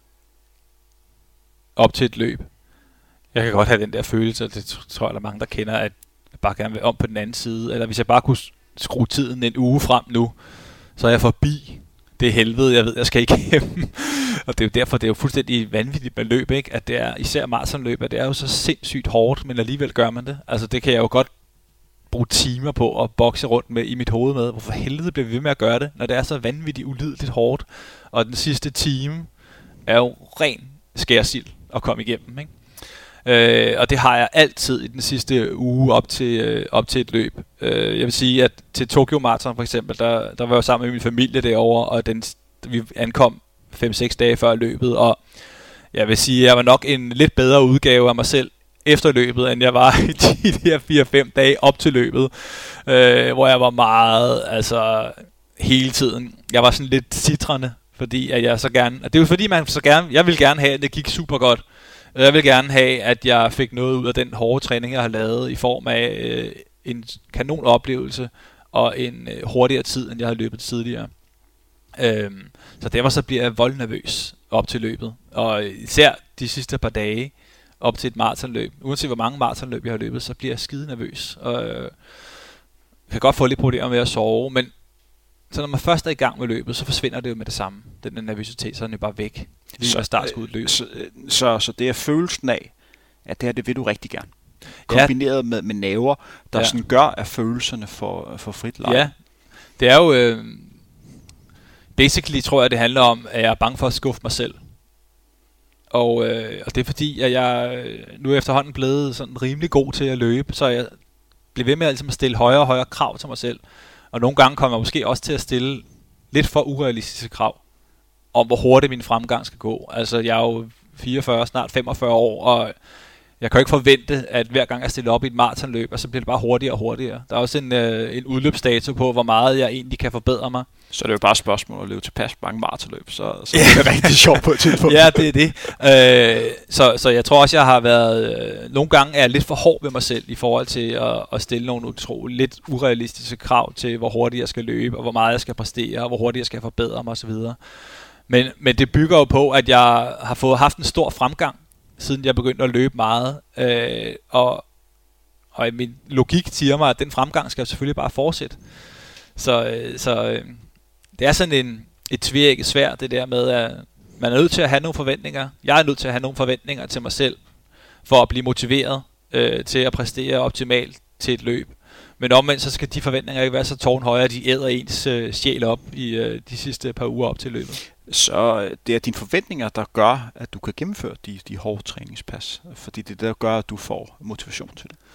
B: op til et løb. Jeg kan godt have den der følelse, og det tror jeg, der er mange, der kender, at jeg bare gerne vil om på den anden side. Eller hvis jeg bare kunne skrue tiden en uge frem nu, så er jeg forbi det helvede, jeg ved, jeg skal igennem. Og det er jo derfor, det er jo fuldstændig vanvittigt med løb, ikke? At det er især maratonløb, at det er jo så sindssygt hårdt, men alligevel gør man det. Altså det kan jeg jo godt bruge timer på at bokse rundt med i mit hoved med. Hvorfor helvede bliver vi ved med at gøre det, når det er så vanvittigt ulideligt hårdt? Og den sidste time er jo ren skærsild at komme igennem, ikke? Øh, og det har jeg altid i den sidste uge op til, øh, op til et løb. Øh, jeg vil sige, at til Tokyo Marathon for eksempel, der, der var jeg sammen med min familie derovre, og den, vi ankom fem seks dage før løbet, og jeg vil sige, at jeg var nok en lidt bedre udgave af mig selv efter løbet, end jeg var i de der fire fem dage op til løbet, øh, hvor jeg var meget, altså hele tiden, jeg var sådan lidt sitrende, fordi at jeg så gerne, og det er jo fordi man så gerne, jeg vil gerne have, at det gik super godt. Jeg vil gerne have, at jeg fik noget ud af den hårde træning, jeg har lavet, i form af øh, en kanon oplevelse og en øh, hurtigere tid, end jeg har løbet tidligere. Øhm, så derfor så bliver jeg voldnervøs op til løbet, og især de sidste par dage op til et maratonløb. Uanset hvor mange maratonløb jeg har løbet, så bliver jeg skide nervøs, og øh, kan godt få lidt problemer med at sove, men så når man først er i gang med løbet, så forsvinder det jo med det samme. Den der nervøsitet, så er den jo bare væk. Lige så, startskud løb. Så,
A: så, så det er følelsen af, at det her, det vil du rigtig gerne. Kombineret ja. med, med naver, der ja. sådan gør, at følelserne får, får frit leje.
B: Ja, det er jo... Øh, basically tror jeg, det handler om, at jeg er bange for at skuffe mig selv. Og, øh, og det er fordi, at jeg nu er efterhånden blevet sådan rimelig god til at løbe, så jeg bliver ved med altså at stille højere og højere krav til mig selv. Og nogle gange kommer jeg måske også til at stille lidt for urealistiske krav om, hvor hurtigt min fremgang skal gå. Altså, jeg er jo fireogfyrre, snart femogfyrre år, og jeg kan jo ikke forvente, at hver gang jeg stiller op i et maratonløb, og så bliver det bare hurtigere og hurtigere. Der er også en, øh, en udløbsdato på, hvor meget jeg egentlig kan forbedre mig.
A: Så det er jo bare et spørgsmål at løbe tilpas mange maratonløb, så, så det er rigtig sjovt på et tidspunkt.
B: Ja, det er det. Øh, så, så jeg tror også, jeg har været... Øh, nogle gange er jeg lidt for hård ved mig selv, i forhold til at, at stille nogle utroligt lidt urealistiske krav til, hvor hurtigt jeg skal løbe, og hvor meget jeg skal præstere, og hvor hurtigt jeg skal forbedre mig osv. Men, men det bygger jo på, at jeg har fået haft en stor fremgang, siden jeg begyndte at løbe meget. Øh, og, og min logik siger mig, at den fremgang skal selvfølgelig bare fortsætte. Så, øh, så øh, det er sådan en, et tvækket sværd, det der med, at man er nødt til at have nogle forventninger. Jeg er nødt til at have nogle forventninger til mig selv, for at blive motiveret øh, til at præstere optimalt til et løb. Men omvendt, så skal de forventninger ikke være så tårnhøje, at de æder ens øh, sjæl op i øh, de sidste par uger op til løbet.
A: Så det er dine forventninger, der gør, at du kan gennemføre de, de hårde træningspas, fordi det er det, der gør, at du får motivation til det.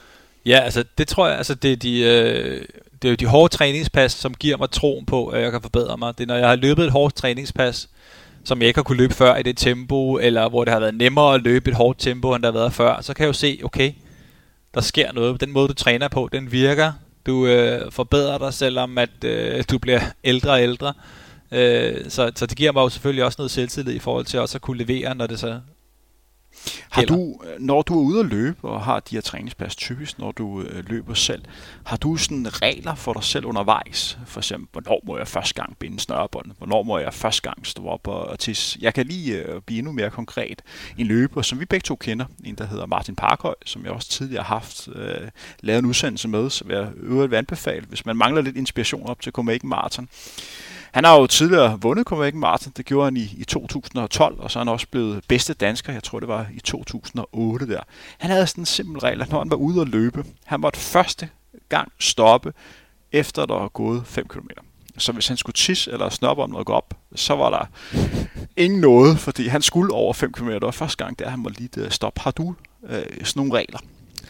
B: Ja, altså det tror jeg, altså det er de, øh, det er jo de hårde træningspas, som giver mig troen på, at jeg kan forbedre mig. Det er, når jeg har løbet et hårdt træningspas, som jeg ikke har kunne løbe før i det tempo, eller hvor det har været nemmere at løbe et hårdt tempo, end der har været før, så kan jeg jo se, okay, der sker noget. Den måde, du træner på, den virker. Du øh, forbedrer dig, selvom at øh, du bliver ældre og ældre. Øh, så, så det giver mig jo selvfølgelig også noget selvtillid i forhold til også at kunne levere, når det så
A: har du, når du er ude at løbe og har de her træningspas, typisk når du øh, løber selv, har du sådan regler for dig selv undervejs? For eksempel, hvornår må jeg første gang binde snørebåndet? Hvornår må jeg første gang stå op og, og tisse? Jeg kan lige øh, blive endnu mere konkret. En løber, som vi begge to kender, en der hedder Martin Parkhøj, som jeg også tidligere har haft øh, lavet en udsendelse med, så jeg øvrigt vil anbefale, hvis man mangler lidt inspiration op til Copenhagen Marathon. Han har jo tidligere vundet Copenhagen Marathon, det gjorde han i, i to tusind og tolv, og så er han også blevet bedste dansker, jeg tror det var i to tusind og otte der. Han havde sådan en simpel regel, at når han var ude at løbe, han måtte første gang stoppe, efter der var gået fem kilometer. Så hvis han skulle tisse eller snoppe om noget gå op, så var der ingen noget, fordi han skulle over fem kilometer. Det var første gang, der han måtte lige stoppe. Har du øh, sådan nogle regler?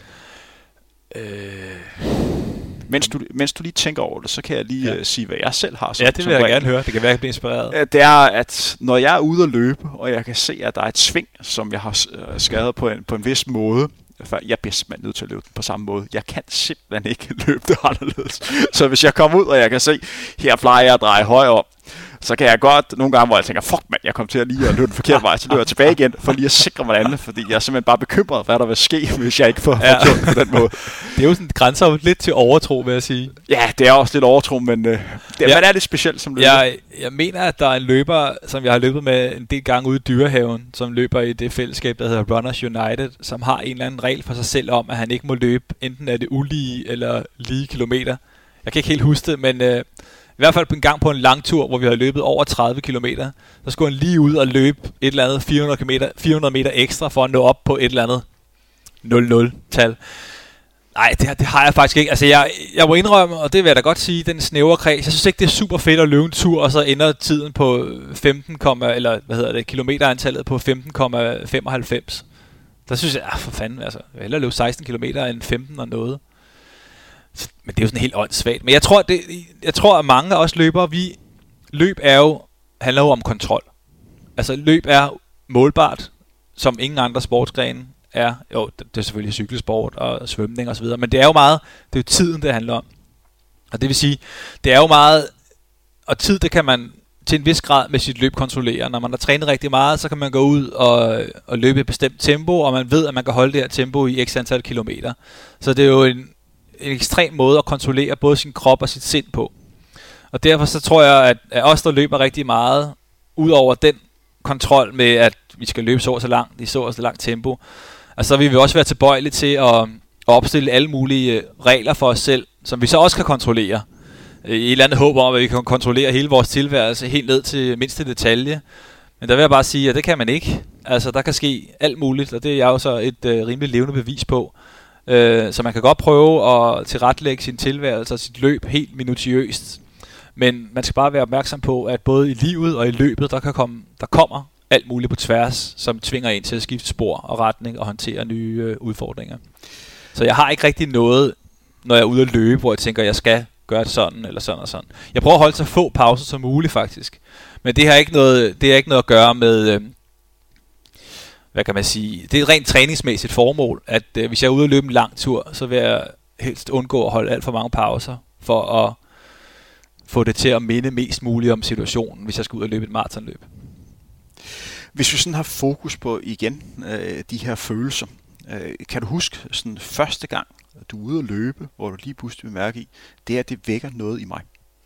A: Øh... Mens du, mens du lige tænker over det, så kan jeg lige ja. uh, sige, hvad jeg selv har. Som,
B: ja, det vil jeg regel. gerne høre. Det kan være, at jeg bliver inspireret.
A: Det er, at når jeg er ude at løbe, og jeg kan se, at der er et sving, som jeg har skadet på en, på en vis måde, jeg bliver simpelthen nødt til at løbe den på samme måde. Jeg kan simpelthen ikke løbe det anderledes. Så hvis jeg kommer ud, og jeg kan se, her plejer jeg at dreje højre om, så kan jeg godt nogle gange, hvor jeg tænker, fuck mand, jeg kom til at lige at løbe den forkerte vej, så løber jeg tilbage igen, for lige at sikre mig andet, fordi jeg er simpelthen bare bekymret, hvad der vil ske, hvis jeg ikke får ja. gjort på den måde.
B: Det er jo sådan grænser lidt til overtro, vil jeg sige.
A: Ja, det er også lidt overtro, men øh, det, ja. hvad er det specielt som løber?
B: Jeg, jeg mener, at der er en løber, som jeg har løbet med en del gange ude i Dyrehaven, som løber i det fællesskab, der hedder Runners United, som har en eller anden regel for sig selv om, at han ikke må løbe, enten er det ulige eller lige kilometer. Jeg kan ikke helt huske det, men øh, i hvert fald på en gang på en lang tur, hvor vi har løbet over tredive kilometer, så skulle han lige ud og løbe et eller andet fire hundrede meter ekstra for at nå op på et eller andet nul nul-tal. Nej, det, det har jeg faktisk ikke. Altså, jeg, jeg må indrømme, og det vil jeg da godt sige, den snævre kreds. Jeg synes ikke, det er super fedt at løbe en tur, og så ender tiden på femten, eller hvad hedder det, kilometerantallet på femten komma femoghalvfems. Der synes jeg, ah, for fanden, altså, jeg vil hellere løbe seksten kilometer end femten og noget. Men det er jo sådan helt åndssvagt. Men jeg tror, det, jeg tror, at mange af os løbere, vi løb er jo, handler jo om kontrol. Altså løb er målbart, som ingen andre sportsgrene er. Jo, det er selvfølgelig cykelsport og svømning og så videre, men det er jo meget, det er jo tiden, det handler om. Og det vil sige, det er jo meget, og tid, det kan man til en vis grad med sit løb kontrollere. Når man har trænet rigtig meget, så kan man gå ud og, og løbe et bestemt tempo, og man ved, at man kan holde det her tempo i x antal kilometer. Så det er jo en en ekstrem måde at kontrollere både sin krop og sit sind på. Og derfor så tror jeg, at, at os, der løber rigtig meget, ud over den kontrol med, at vi skal løbe så og så langt, i så og så langt tempo, altså så vil vi også være tilbøjelige til at, at opstille alle mulige regler for os selv, som vi så også kan kontrollere. I et eller andet håb om, at vi kan kontrollere hele vores tilværelse, helt ned til mindste detalje. Men der vil jeg bare sige, at det kan man ikke. Altså der kan ske alt muligt, og det er jeg jo så et uh, rimelig levende bevis på. Uh, så man kan godt prøve at tilrettelægge sin tilværelse og sit løb helt minutiøst. Men man skal bare være opmærksom på, at både i livet og i løbet, der, kan komme, der kommer alt muligt på tværs, som tvinger en til at skifte spor og retning og håndtere nye uh, udfordringer. Så jeg har ikke rigtig noget, når jeg er ude at løbe, hvor jeg tænker, at jeg skal gøre det sådan eller sådan og sådan. Jeg prøver at holde så få pauser som muligt faktisk. Men det har ikke noget, det har ikke noget at gøre med... Uh, hvad kan man sige, det er et rent træningsmæssigt formål, at øh, hvis jeg er ude og løbe en lang tur, så vil jeg helst undgå at holde alt for mange pauser, for at få det til at minde mest muligt om situationen, hvis jeg skal ud og løbe et maratonløb.
A: Hvis vi sådan har fokus på igen øh, de her følelser, øh, kan du huske sådan første gang, at du er ude at løbe, hvor du lige pludselig vil mærke i, det er, at det vækker noget i mig?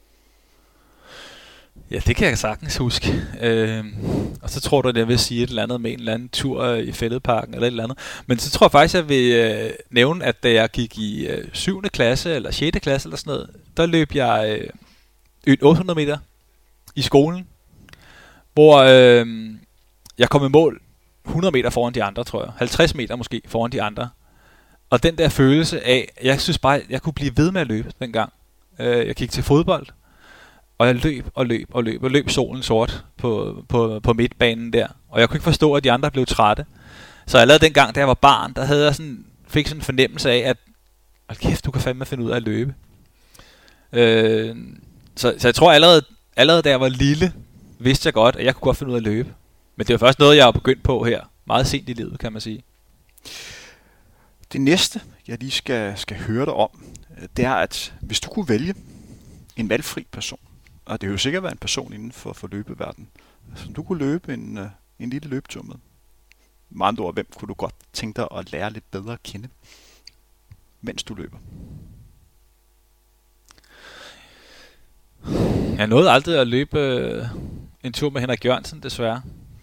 B: Ja, det kan jeg sagtens huske. Øh, og så tror du, at jeg vil sige et eller andet med en eller anden tur i Fælledparken eller et eller andet. Men så tror jeg faktisk, at jeg vil øh, nævne, at da jeg gik i øh, syvende klasse eller sjette klasse eller sådan noget, der løb jeg øh, otte hundrede meter i skolen, hvor øh, jeg kom i mål hundrede meter foran de andre, tror jeg. halvtreds meter måske foran de andre. Og den der følelse af, jeg synes bare, at jeg kunne blive ved med at løbe dengang. Øh, jeg gik til fodbold. Og jeg løb og løb og løb og løb solen sort på, på, på midtbanen der. Og jeg kunne ikke forstå, at de andre blev trætte. Så allerede dengang, da jeg var barn, der havde jeg sådan, fik sådan en fornemmelse af, at hold kæft, du kan fandme finde ud af at løbe. Øh, så, så jeg tror allerede, allerede da jeg var lille, vidste jeg godt, at jeg kunne godt finde ud af at løbe. Men det var først noget, jeg har begyndt på her, meget sent i livet, kan man sige.
A: Det næste, jeg lige skal, skal høre dig om, det er, at hvis du kunne vælge en valgfri person, og det vil jo sikkert være en person inden for, for løbeverdenen, så du kunne løbe en, en lille løbetur med. Med andre ord, hvem kunne du godt tænke dig at lære lidt bedre at kende, mens du løber?
B: Jeg nåede aldrig at løbe en tur med Henrik Jørgensen, desværre.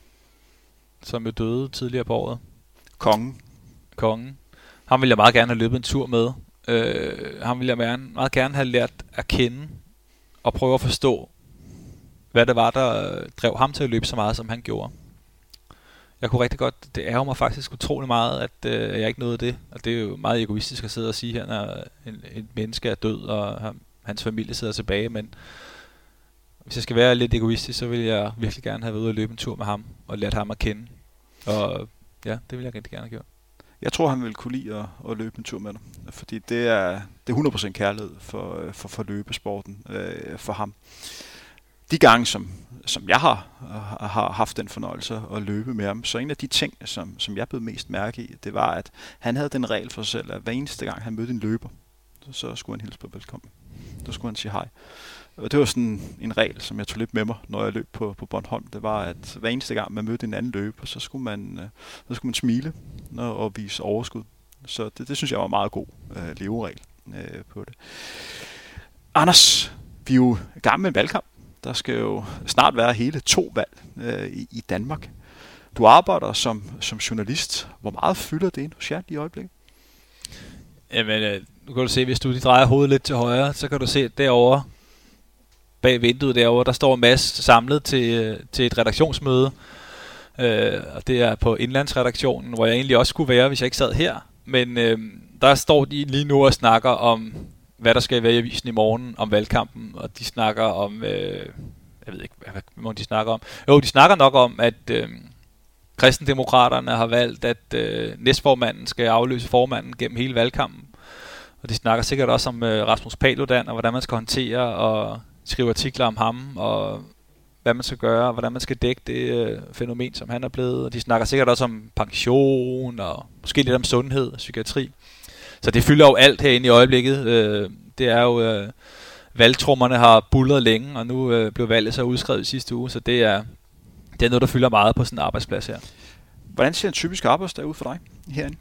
B: Som jo døde tidligere på året.
A: Kongen.
B: Kongen. Ham ville jeg meget gerne have løbet en tur med. Øh, ham ville jeg meget, meget gerne have lært at kende og prøve at forstå, hvad det var, der drev ham til at løbe så meget, som han gjorde. Jeg kunne rigtig godt, det ærger mig faktisk utrolig meget, at øh, jeg ikke nåede det. Og det er jo meget egoistisk at sidde og sige her, når en, en menneske er død, og ham, hans familie sidder tilbage. Men hvis jeg skal være lidt egoistisk, så vil jeg virkelig gerne have været ude og løbe en tur med ham, og lært ham at kende. Og ja, det vil jeg rigtig gerne have gjort.
A: Jeg tror, han vil kunne lide at, at løbe en tur med dig, fordi det er, det er hundrede procent kærlighed for, for, for løbesporten øh, for ham. De gange, som, som jeg har, har haft den fornøjelse at løbe med ham, så en af de ting, som, som jeg blev mest mærke i, det var, at han havde den regel for sig selv, at hver eneste gang han mødte en løber, så, så skulle han hilse på velkommen. Så skulle han sige hej. Og det var sådan en regel, som jeg tog lidt med mig, når jeg løb på, på Bornholm. Det var, at hver eneste gang man mødte en anden løber, så skulle man, så skulle man smile og, og vise overskud. Så det, det synes jeg var en meget god øh, leveregel øh, på det. Anders, vi er jo i gang med en valgkamp. Der skal jo snart være hele to valg øh, i, i Danmark. Du arbejder som, som journalist. Hvor meget fylder det ind hos jer i øjeblikket?
B: Jamen, øh, nu kan du se, hvis du lige drejer hovedet lidt til højre, så kan du se derovre, bag vinduet derovre, der står en masse samlet til, til et redaktionsmøde. Øh, og det er på Indlandsredaktionen, hvor jeg egentlig også skulle være, hvis jeg ikke sad her. Men øh, der står de lige nu og snakker om, hvad der skal være i avisen i morgen, om valgkampen. Og de snakker om, øh, jeg ved ikke, hvad, hvad de snakker om. Jo, de snakker nok om, at øh, Kristendemokraterne har valgt, at øh, næstformanden skal afløse formanden gennem hele valgkampen. Og de snakker sikkert også om øh, Rasmus Paludan, og hvordan man skal håndtere og skrive artikler om ham, og hvad man skal gøre, og hvordan man skal dække det øh, fænomen, som han er blevet. Og de snakker sikkert også om pension, og måske lidt om sundhed og psykiatri. Så det fylder jo alt herinde i øjeblikket. Øh, det er jo, øh, valgtrummerne har bullet længe, og nu øh, blev valget så udskrevet i sidste uge, så det er, det er noget, der fylder meget på sådan en arbejdsplads her.
A: Hvordan ser en typisk arbejdsdag ud for dig herinde?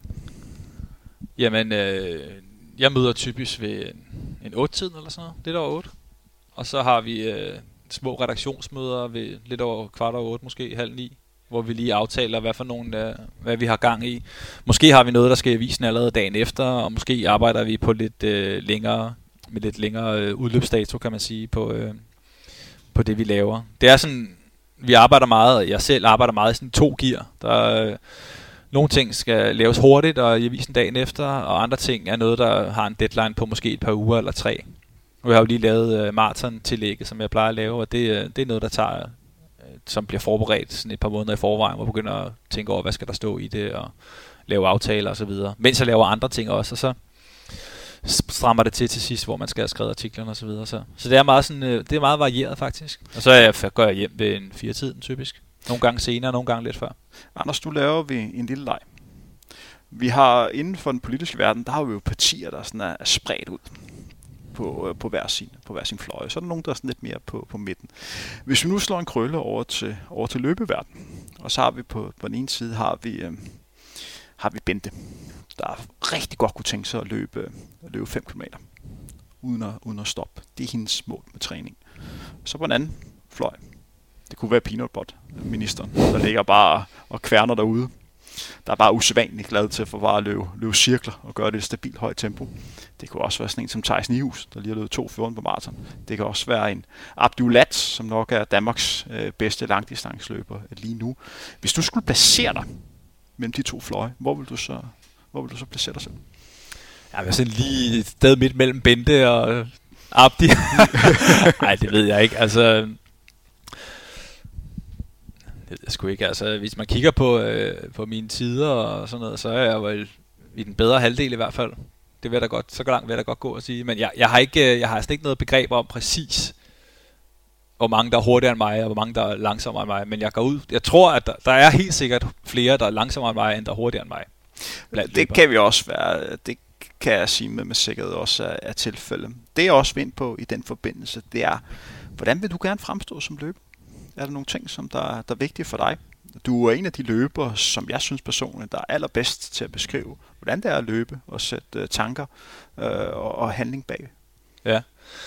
B: Jamen, øh, jeg møder typisk ved en, en otte-tiden eller sådan noget, lidt over otte. Og så har vi øh, små redaktionsmøder ved lidt over kvart over otte, måske halv ni, hvor vi lige aftaler, hvad for nogle, øh, hvad vi har gang i. Måske har vi noget, der skal i avisen allerede dagen efter, og måske arbejder vi på lidt øh, længere, med lidt længere øh, udløbsdato, kan man sige, på, øh, på det, vi laver. Det er sådan, vi arbejder meget, jeg selv arbejder meget i sådan to gear. Der øh, nogle ting skal laves hurtigt og i avisen dagen efter, og andre ting er noget, der har en deadline på måske et par uger eller tre. Nu har jeg jo lige lavet uh, maraton-tillægget, som jeg plejer at lave, og det, uh, det er noget, der tager, uh, som bliver forberedt sådan et par måneder i forvejen, hvor jeg begynder at tænke over, hvad skal der stå i det, og lave aftaler og så videre. Mens jeg laver andre ting også, og så strammer det til til sidst, hvor man skal have skrevet artiklerne og så videre. Så, så det er meget sådan, uh, det er meget varieret faktisk. Og så jeg, går jeg hjem ved en fire-tiden typisk. Nogle gange senere, nogle gange lidt før.
A: Anders, du laver vi en lille leg. Vi har inden for den politiske verden, der har vi jo partier, der sådan er, er spredt ud på, på, hver sin, på hver sin fløje. Så er der nogen, der er sådan lidt mere på, på midten. Hvis vi nu slår en krølle over til, over til løbeverdenen, og så har vi på, på den ene side har vi, øh, har vi Bente, der rigtig godt kunne tænke sig at løbe, at løbe fem kilometer uden at, uden at stoppe. Det er hendes mål med træning. Så på den anden fløj, det kunne være Peanut Butter, ministeren, der ligger bare og kværner derude. Der er bare usædvanligt glad til for bare at løbe, løbe cirkler og gøre det i et stabilt højt tempo. Det kunne også være sådan en som Theis Nihus, der lige har løbet to fjorten på maraton. Det kan også være en Abdulat, som nok er Danmarks øh, bedste langdistanceløber lige nu. Hvis du skulle placere dig mellem de to fløje, hvor vil du så, hvor vil du så placere dig selv?
B: Jeg vil sådan lige et sted midt mellem Bente og Abdi. Nej, det ved jeg ikke. Altså, det ved jeg sgu ikke. Altså, hvis man kigger på, øh, på mine tider og sådan noget, så er jeg vel i den bedre halvdel i hvert fald. Det vil jeg da godt, så langt vil jeg da godt gå og sige. Men jeg, jeg har ikke, jeg har altså ikke noget begreb om præcis, hvor mange der er hurtigere end mig, og hvor mange der er langsommere end mig. Men jeg går ud, jeg tror, at der, der er helt sikkert flere, der er langsommere end mig, end der er hurtigere end mig.
A: Det løber. Kan vi også være, det kan jeg sige med, med sikkerhed også er, er tilfældet. Det jeg også vil ind på i den forbindelse, det er, hvordan vil du gerne fremstå som løber? Er der nogle ting, som der, der er vigtige for dig? Du er en af de løbere, som jeg synes personligt, der er allerbedst til at beskrive, hvordan det er at løbe og sætte uh, tanker uh, og, og handling bag.
B: Ja.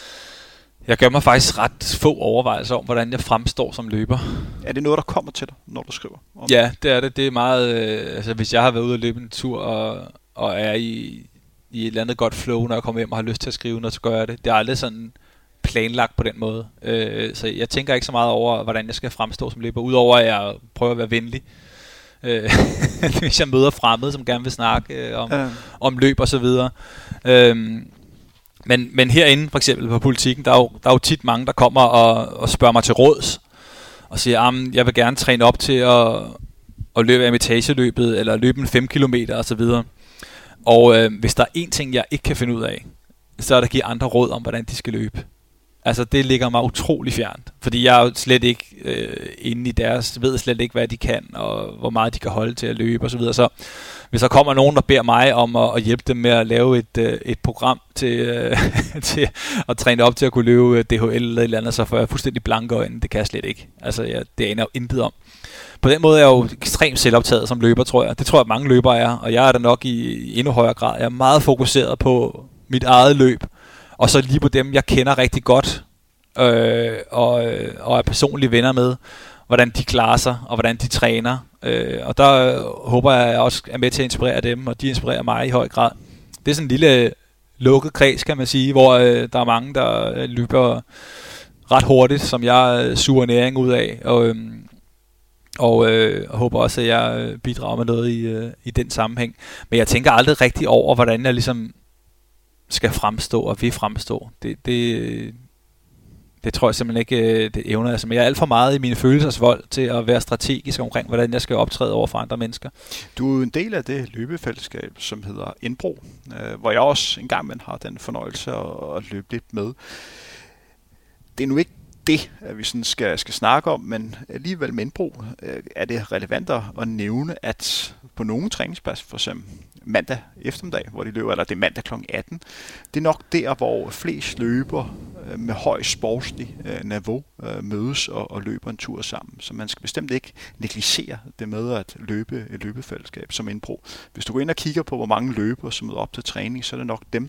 B: Jeg gør mig faktisk ret få overvejelser om, hvordan jeg fremstår som løber.
A: Er det noget, der kommer til dig, når du skriver om
B: Ja, det er det. Det er meget, øh, altså hvis jeg har været ude og løbe en tur, og, og er i, i et eller andet godt flow, når jeg kommer hjem og har lyst til at skrive noget, så gør jeg det. Det er aldrig sådan planlagt på den måde. Øh, så jeg tænker ikke så meget over, hvordan jeg skal fremstå som løber, udover at jeg prøver at være venlig. Øh, hvis jeg møder fremmede, som gerne vil snakke øh, om, øh. om løb og så videre. Øh, Men, men herinde, for eksempel på Politikken, der er jo, der er jo tit mange, der kommer og, og spørger mig til råds, og siger, at jeg vil gerne træne op til at, at løbe etageløbet, eller løbe en fem kilometer og så videre. Og øh, hvis der er én ting, jeg ikke kan finde ud af, så er der at give andre råd om, hvordan de skal løbe. Altså det ligger mig utrolig fjernt, fordi jeg er jo slet ikke øh, inde i deres, ved slet ikke, hvad de kan, og hvor meget de kan holde til at løbe og så videre. Så hvis der kommer nogen, der beder mig om at, at hjælpe dem med at lave et, øh, et program til, øh, til at træne op til at kunne løbe D H L eller et eller andet, så får jeg fuldstændig blanke øjne. Det kan jeg slet ikke. Altså jeg, det aner jo intet om. På den måde er jeg jo ekstremt selvoptaget som løber, tror jeg. Det tror jeg, mange løbere er, og jeg er der nok i, i endnu højere grad. Jeg er meget fokuseret på mit eget løb, og så lige på dem, jeg kender rigtig godt, øh, og, og er personlige venner med, hvordan de klarer sig, og hvordan de træner. Øh, og der øh, håber jeg, at jeg også er med til at inspirere dem, og de inspirerer mig i høj grad. Det er sådan en lille lukket kreds, kan man sige, hvor øh, der er mange, der løber ret hurtigt, som jeg øh, suger næring ud af, og, øh, og øh, håber også, at jeg bidrager med noget i, øh, i den sammenhæng. Men jeg tænker aldrig rigtig over, hvordan jeg ligesom skal fremstå og vil fremstå. Det, det, det tror jeg simpelthen ikke, det evner jeg. Men jeg er alt for meget i mine følelsesvold til at være strategisk omkring, hvordan jeg skal optræde over for andre mennesker. Du er jo en del af det løbefællesskab, som hedder Indbro, øh, hvor jeg også en gang har den fornøjelse at, at løbe lidt med. Det er nu ikke det, at vi sådan skal, skal snakke om, men alligevel med Indbro øh, er det relevant at nævne, at på nogle træningspas, for eksempel mandag eftermiddag, hvor de løber, eller det er mandag klokken atten, det er nok der, hvor flest løber øh, med høj sportslig øh, niveau øh, mødes og, og løber en tur sammen. Så man skal bestemt ikke negligere det med at løbe et løbefællesskab som Indbro. Hvis du går ind og kigger på, hvor mange løbere, som møder op til træning, så er det nok dem,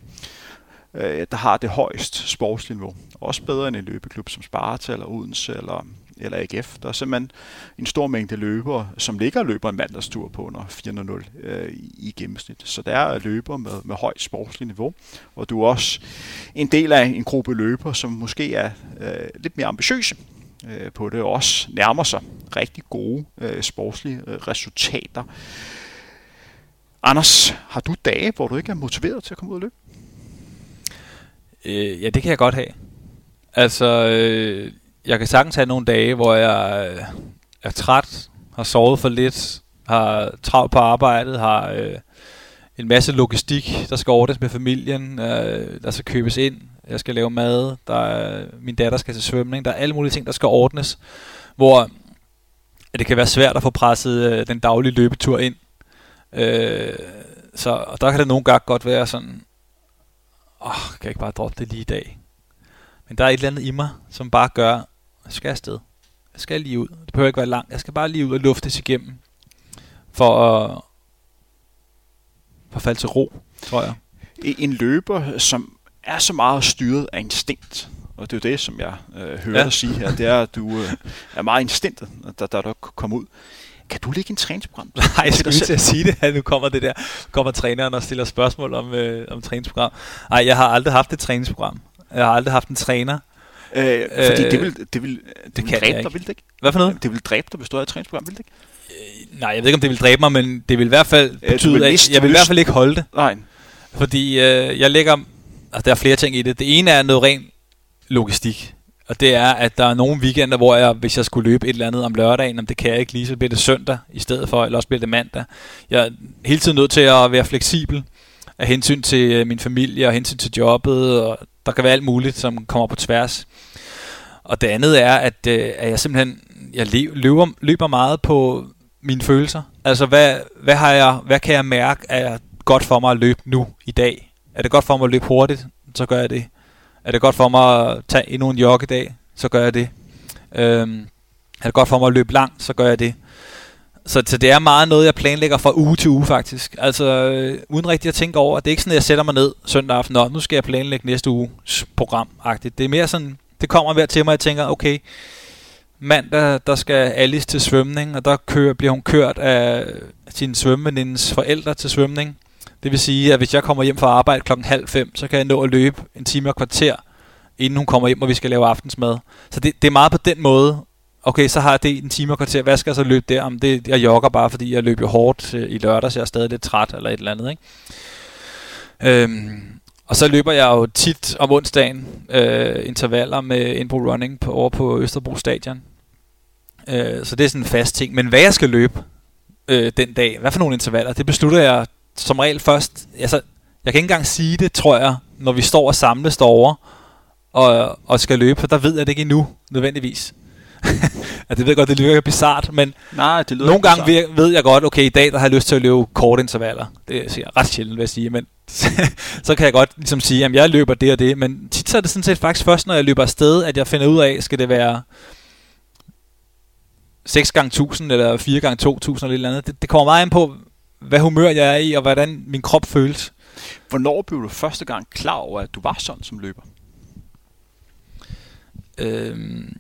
B: øh, der har det højst sportslige niveau. Også bedre end en løbeklub som Sparta eller Odense eller eller A G F. Der er simpelthen en stor mængde løbere, som ligger og løber en mandagstur på under fire nul øh, i, i gennemsnit. Så der er løbere med, med højt sportsligt niveau, og du er også en del af en gruppe løbere, som måske er øh, lidt mere ambitiøse øh, på det, og også nærmer sig rigtig gode øh, sportslige øh, resultater. Anders, har du dage, hvor du ikke er motiveret til at komme ud og løbe? Øh, ja, det kan jeg godt have. Altså... Øh Jeg kan sagtens have nogle dage, hvor jeg øh, er træt, har sovet for lidt, har travlt på arbejdet, har øh, en masse logistik, der skal ordnes med familien, øh, der skal købes ind, jeg skal lave mad, der er, min datter skal til svømning, der er alle mulige ting, der skal ordnes, hvor det kan være svært at få presset øh, den daglige løbetur ind. Øh, så og der kan det nogle gange godt være sådan, åh, kan jeg ikke bare droppe det lige i dag? Men der er et eller andet i mig, som bare gør, jeg skal afsted. Jeg skal lige ud. Det behøver ikke være langt. Jeg skal bare lige ud og luftes igennem. For at, for at falde til ro, tror jeg. En løber, som er så meget styret af instinkt. Og det er jo det, som jeg øh, hører ja. dig sige her. Det er, at du øh, er meget instinktet, da, da du kommer ud. Kan du lægge en træningsprogram? Nej, jeg skulle lige til at sige det, at nu kommer det der. kommer træneren og stiller spørgsmål om, øh, om træningsprogram. Nej, jeg har aldrig haft et træningsprogram. Jeg har aldrig haft en træner.
A: Øh, fordi øh, det vil, det vil, det det vil dræbe dig, vil det ikke?
B: Hvad for noget?
A: Det vil dræbe dig, hvis du havde et træningsprogram, vil det ikke?
B: Øh, nej, jeg ved ikke, om det vil dræbe mig, men det vil i hvert fald betyde, øh, at jeg vil i hvert fald ikke holde det.
A: Nej.
B: Fordi øh, jeg lægger, altså der er flere ting i det. Det ene er noget ren logistik. Og det er, at der er nogle weekender, hvor jeg, hvis jeg skulle løbe et eller andet om lørdagen, om det kan jeg ikke lige, så bliver det søndag i stedet for, eller også bliver det mandag. Jeg er hele tiden nødt til at være fleksibel. af hensyn til øh, min familie og hensyn til jobbet, og der kan være alt muligt, som kommer på tværs. Og det andet er, at, øh, at jeg simpelthen jeg løber, løber meget på mine følelser. Altså, hvad, hvad, har jeg, hvad kan jeg mærke er godt for mig at løbe nu, i dag? Er det godt for mig at løbe hurtigt, så gør jeg det. Er det godt for mig at tage endnu en jog i dag, så gør jeg det. Øhm, er det godt for mig at løbe langt, så gør jeg det. Så, så det er meget noget, jeg planlægger fra uge til uge faktisk. Altså øh, uden rigtig at tænke over. Det er ikke sådan, at jeg sætter mig ned søndag aften, og nu skal jeg planlægge næste uges program-agtigt. Det er mere sådan, det kommer hver til mig, jeg tænker, okay, mandag, der skal Alice til svømning, og der kører, bliver hun kørt af sin svømmevenindens forældre til svømning. Det vil sige, at hvis jeg kommer hjem fra arbejde klokken halv fem, så kan jeg nå at løbe en time og kvarter, inden hun kommer hjem, og vi skal lave aftensmad. Så det, det er meget på den måde. Okay, så har jeg det en time og kvarter. Hvad skal jeg så løbe der? Om det, jeg jogger bare, fordi jeg løb jo hårdt øh, i lørdag, så jeg er stadig lidt træt eller et eller andet, ikke? Øhm, og så løber jeg jo tit om onsdagen øh, intervaller med Indbro Running på, over på Østerbro Stadion. Øh, så det er sådan en fast ting. Men hvad jeg skal løbe øh, den dag, hvad for nogle intervaller, det beslutter jeg som regel først. Altså, jeg kan ikke engang sige det, tror jeg, når vi står og samles derovre og, og skal løbe, for der ved jeg det ikke endnu, nødvendigvis. Ja, det ved jeg godt, det lyder bizart, men
A: Nej, det
B: nogle gange ved, ved jeg godt, okay, i dag der har jeg lyst til at løbe korte intervaller. Det er ret sjældent, vil jeg sige, men så kan jeg godt ligesom sige, at jeg løber det og det, men tit så er det sådan set faktisk først, når jeg løber afsted, at jeg finder ud af, skal det være seks gange tusind eller fire gange to tusind eller et eller andet. Det, det kommer meget an på, hvad humør jeg er i, og hvordan min krop føles.
A: Hvornår blev du første gang klar over, at du var sådan som løber?
B: Øhm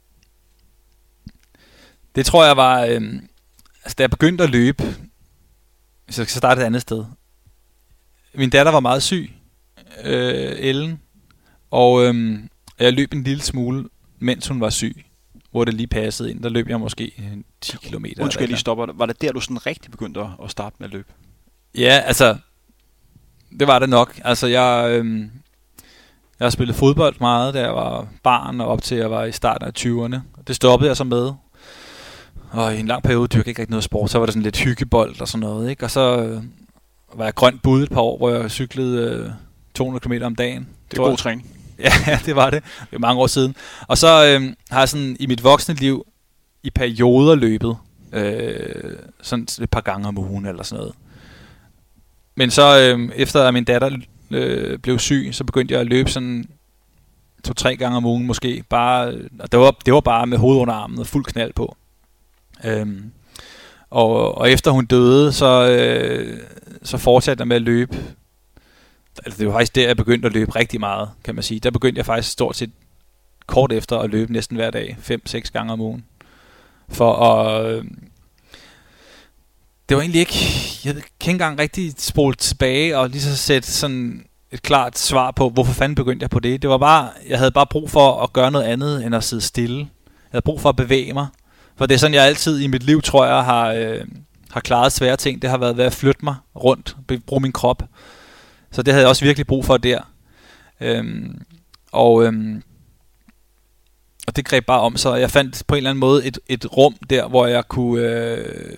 B: Det tror jeg var, øh, altså da jeg begyndte at løbe, hvis jeg skal starte et andet sted. Min datter var meget syg, øh, Ellen, og øh, jeg løb en lille smule, mens hun var syg, hvor det lige passede ind. Der løb jeg måske ti kilometer.
A: Undskyld, jeg lige stopper. Var det der, du sådan rigtig begyndte at starte med at løbe?
B: Ja, altså, det var det nok. Altså, jeg, øh, jeg har spillet fodbold meget, da jeg var barn, og op til jeg var i starten af tyverne. Det stoppede jeg så med. Og i en lang periode dyrkede jeg ikke rigtig noget sport. Så var det sådan lidt hyggebold og sådan noget, ikke? Og så øh, var jeg grønt bud et par år, hvor jeg cyklede øh, to hundrede kilometer om dagen.
A: Det er god træning.
B: Ja, det var det. Det var mange år siden. Og så øh, har jeg sådan i mit voksne liv i perioder løbet. Øh, sådan et par gange om ugen eller sådan noget. Men så øh, efter at min datter øh, blev syg, så begyndte jeg at løbe sådan to-tre gange om ugen måske. Bare, og det var, det var bare med hovedet under armen og fuld knald på. Øhm, og, og efter hun døde, så, øh, så fortsatte jeg med at løbe. Altså, det var faktisk der, jeg begyndte at løbe rigtig meget, kan man sige. Der begyndte jeg faktisk stort set kort efter at løbe næsten hver dag, fem-seks gange om ugen. For at... Øh, det var egentlig ikke... Jeg kan ikke engang rigtig spole tilbage og lige så sætte sådan et klart svar på, hvorfor fanden begyndte jeg på det. Det var bare... Jeg havde bare brug for at gøre noget andet, end at sidde stille. Jeg havde brug for at bevæge mig. For det er sådan, jeg altid i mit liv, tror jeg, har, øh, har klaret svære ting. Det har været ved at flytte mig rundt, bruge min krop. Så det havde jeg også virkelig brug for der. Øhm, og, øhm, og det greb bare om sig. Jeg fandt på en eller anden måde et, et rum der, hvor jeg kunne øh,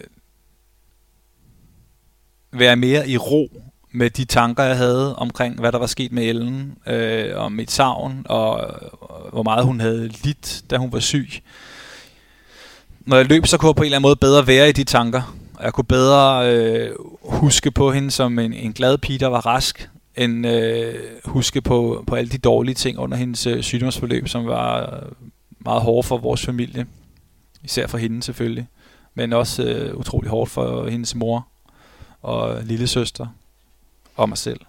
B: være mere i ro med de tanker, jeg havde omkring, hvad der var sket med Ellen, øh, og mit savn, og, og hvor meget hun havde lidt, da hun var syg. Når jeg løb, så kunne jeg på en eller anden måde bedre være i de tanker. Jeg kunne bedre øh, huske på hende som en, en glad pige, der var rask, end øh, huske på, på alle de dårlige ting under hendes øh, sygdomsforløb, som var meget hårde for vores familie. Især for hende selvfølgelig. Men også øh, utrolig hårdt for hendes mor og lille søster og mig selv.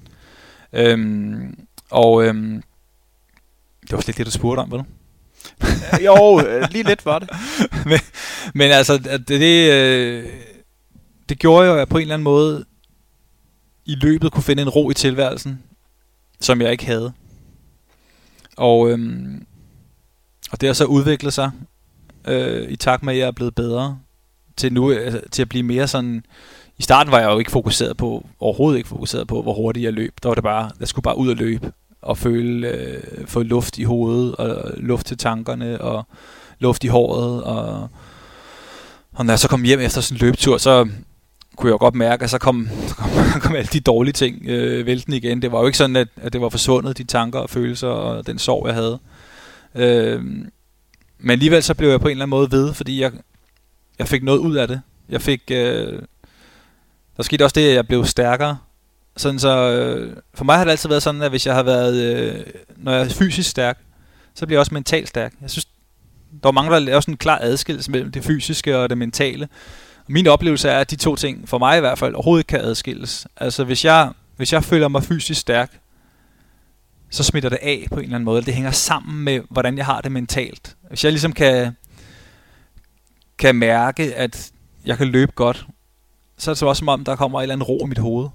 B: Øhm, og øhm, det var slet det, du spurgte om, vel?
A: Jo, lige lidt var det.
B: men, men altså, det, det, øh, det gjorde jo, at jeg på en eller anden måde i løbet kunne finde en ro i tilværelsen, som jeg ikke havde. Og, øhm, og det har så udviklet sig øh, i takt med, at jeg er blevet bedre til nu, altså, til at blive mere sådan. I starten var jeg jo ikke fokuseret på, overhovedet ikke fokuseret på, hvor hurtigt jeg løb. Der var det bare, jeg skulle bare ud og løbe og føle, øh, få luft i hovedet, og luft til tankerne, og luft i håret, og, og når jeg så kom hjem efter sådan en løbetur, så kunne jeg godt mærke, at så kom, kom, kom alle de dårlige ting øh, vælten igen. Det var jo ikke sådan, at, at det var forsvundet, de tanker og følelser og den sorg, jeg havde. Øh, men alligevel så blev jeg på en eller anden måde ved, fordi jeg, jeg fik noget ud af det. Jeg fik... Øh, der skete også det, at jeg blev stærkere. Sådan så, øh, for mig har det altid været sådan, at hvis jeg har været... Øh, når jeg er fysisk stærk, så bliver jeg også mentalt stærk. Jeg synes, der var mange, der laver sådan en klar adskillelse mellem det fysiske og det mentale. Min oplevelse er, at de to ting, for mig i hvert fald, overhovedet ikke kan adskilles. Altså, hvis jeg, hvis jeg føler mig fysisk stærk, så smitter det af på en eller anden måde. Det hænger sammen med, hvordan jeg har det mentalt. Hvis jeg ligesom kan, kan mærke, at jeg kan løbe godt, så er det så også som om, der kommer et eller andet ro i mit hoved.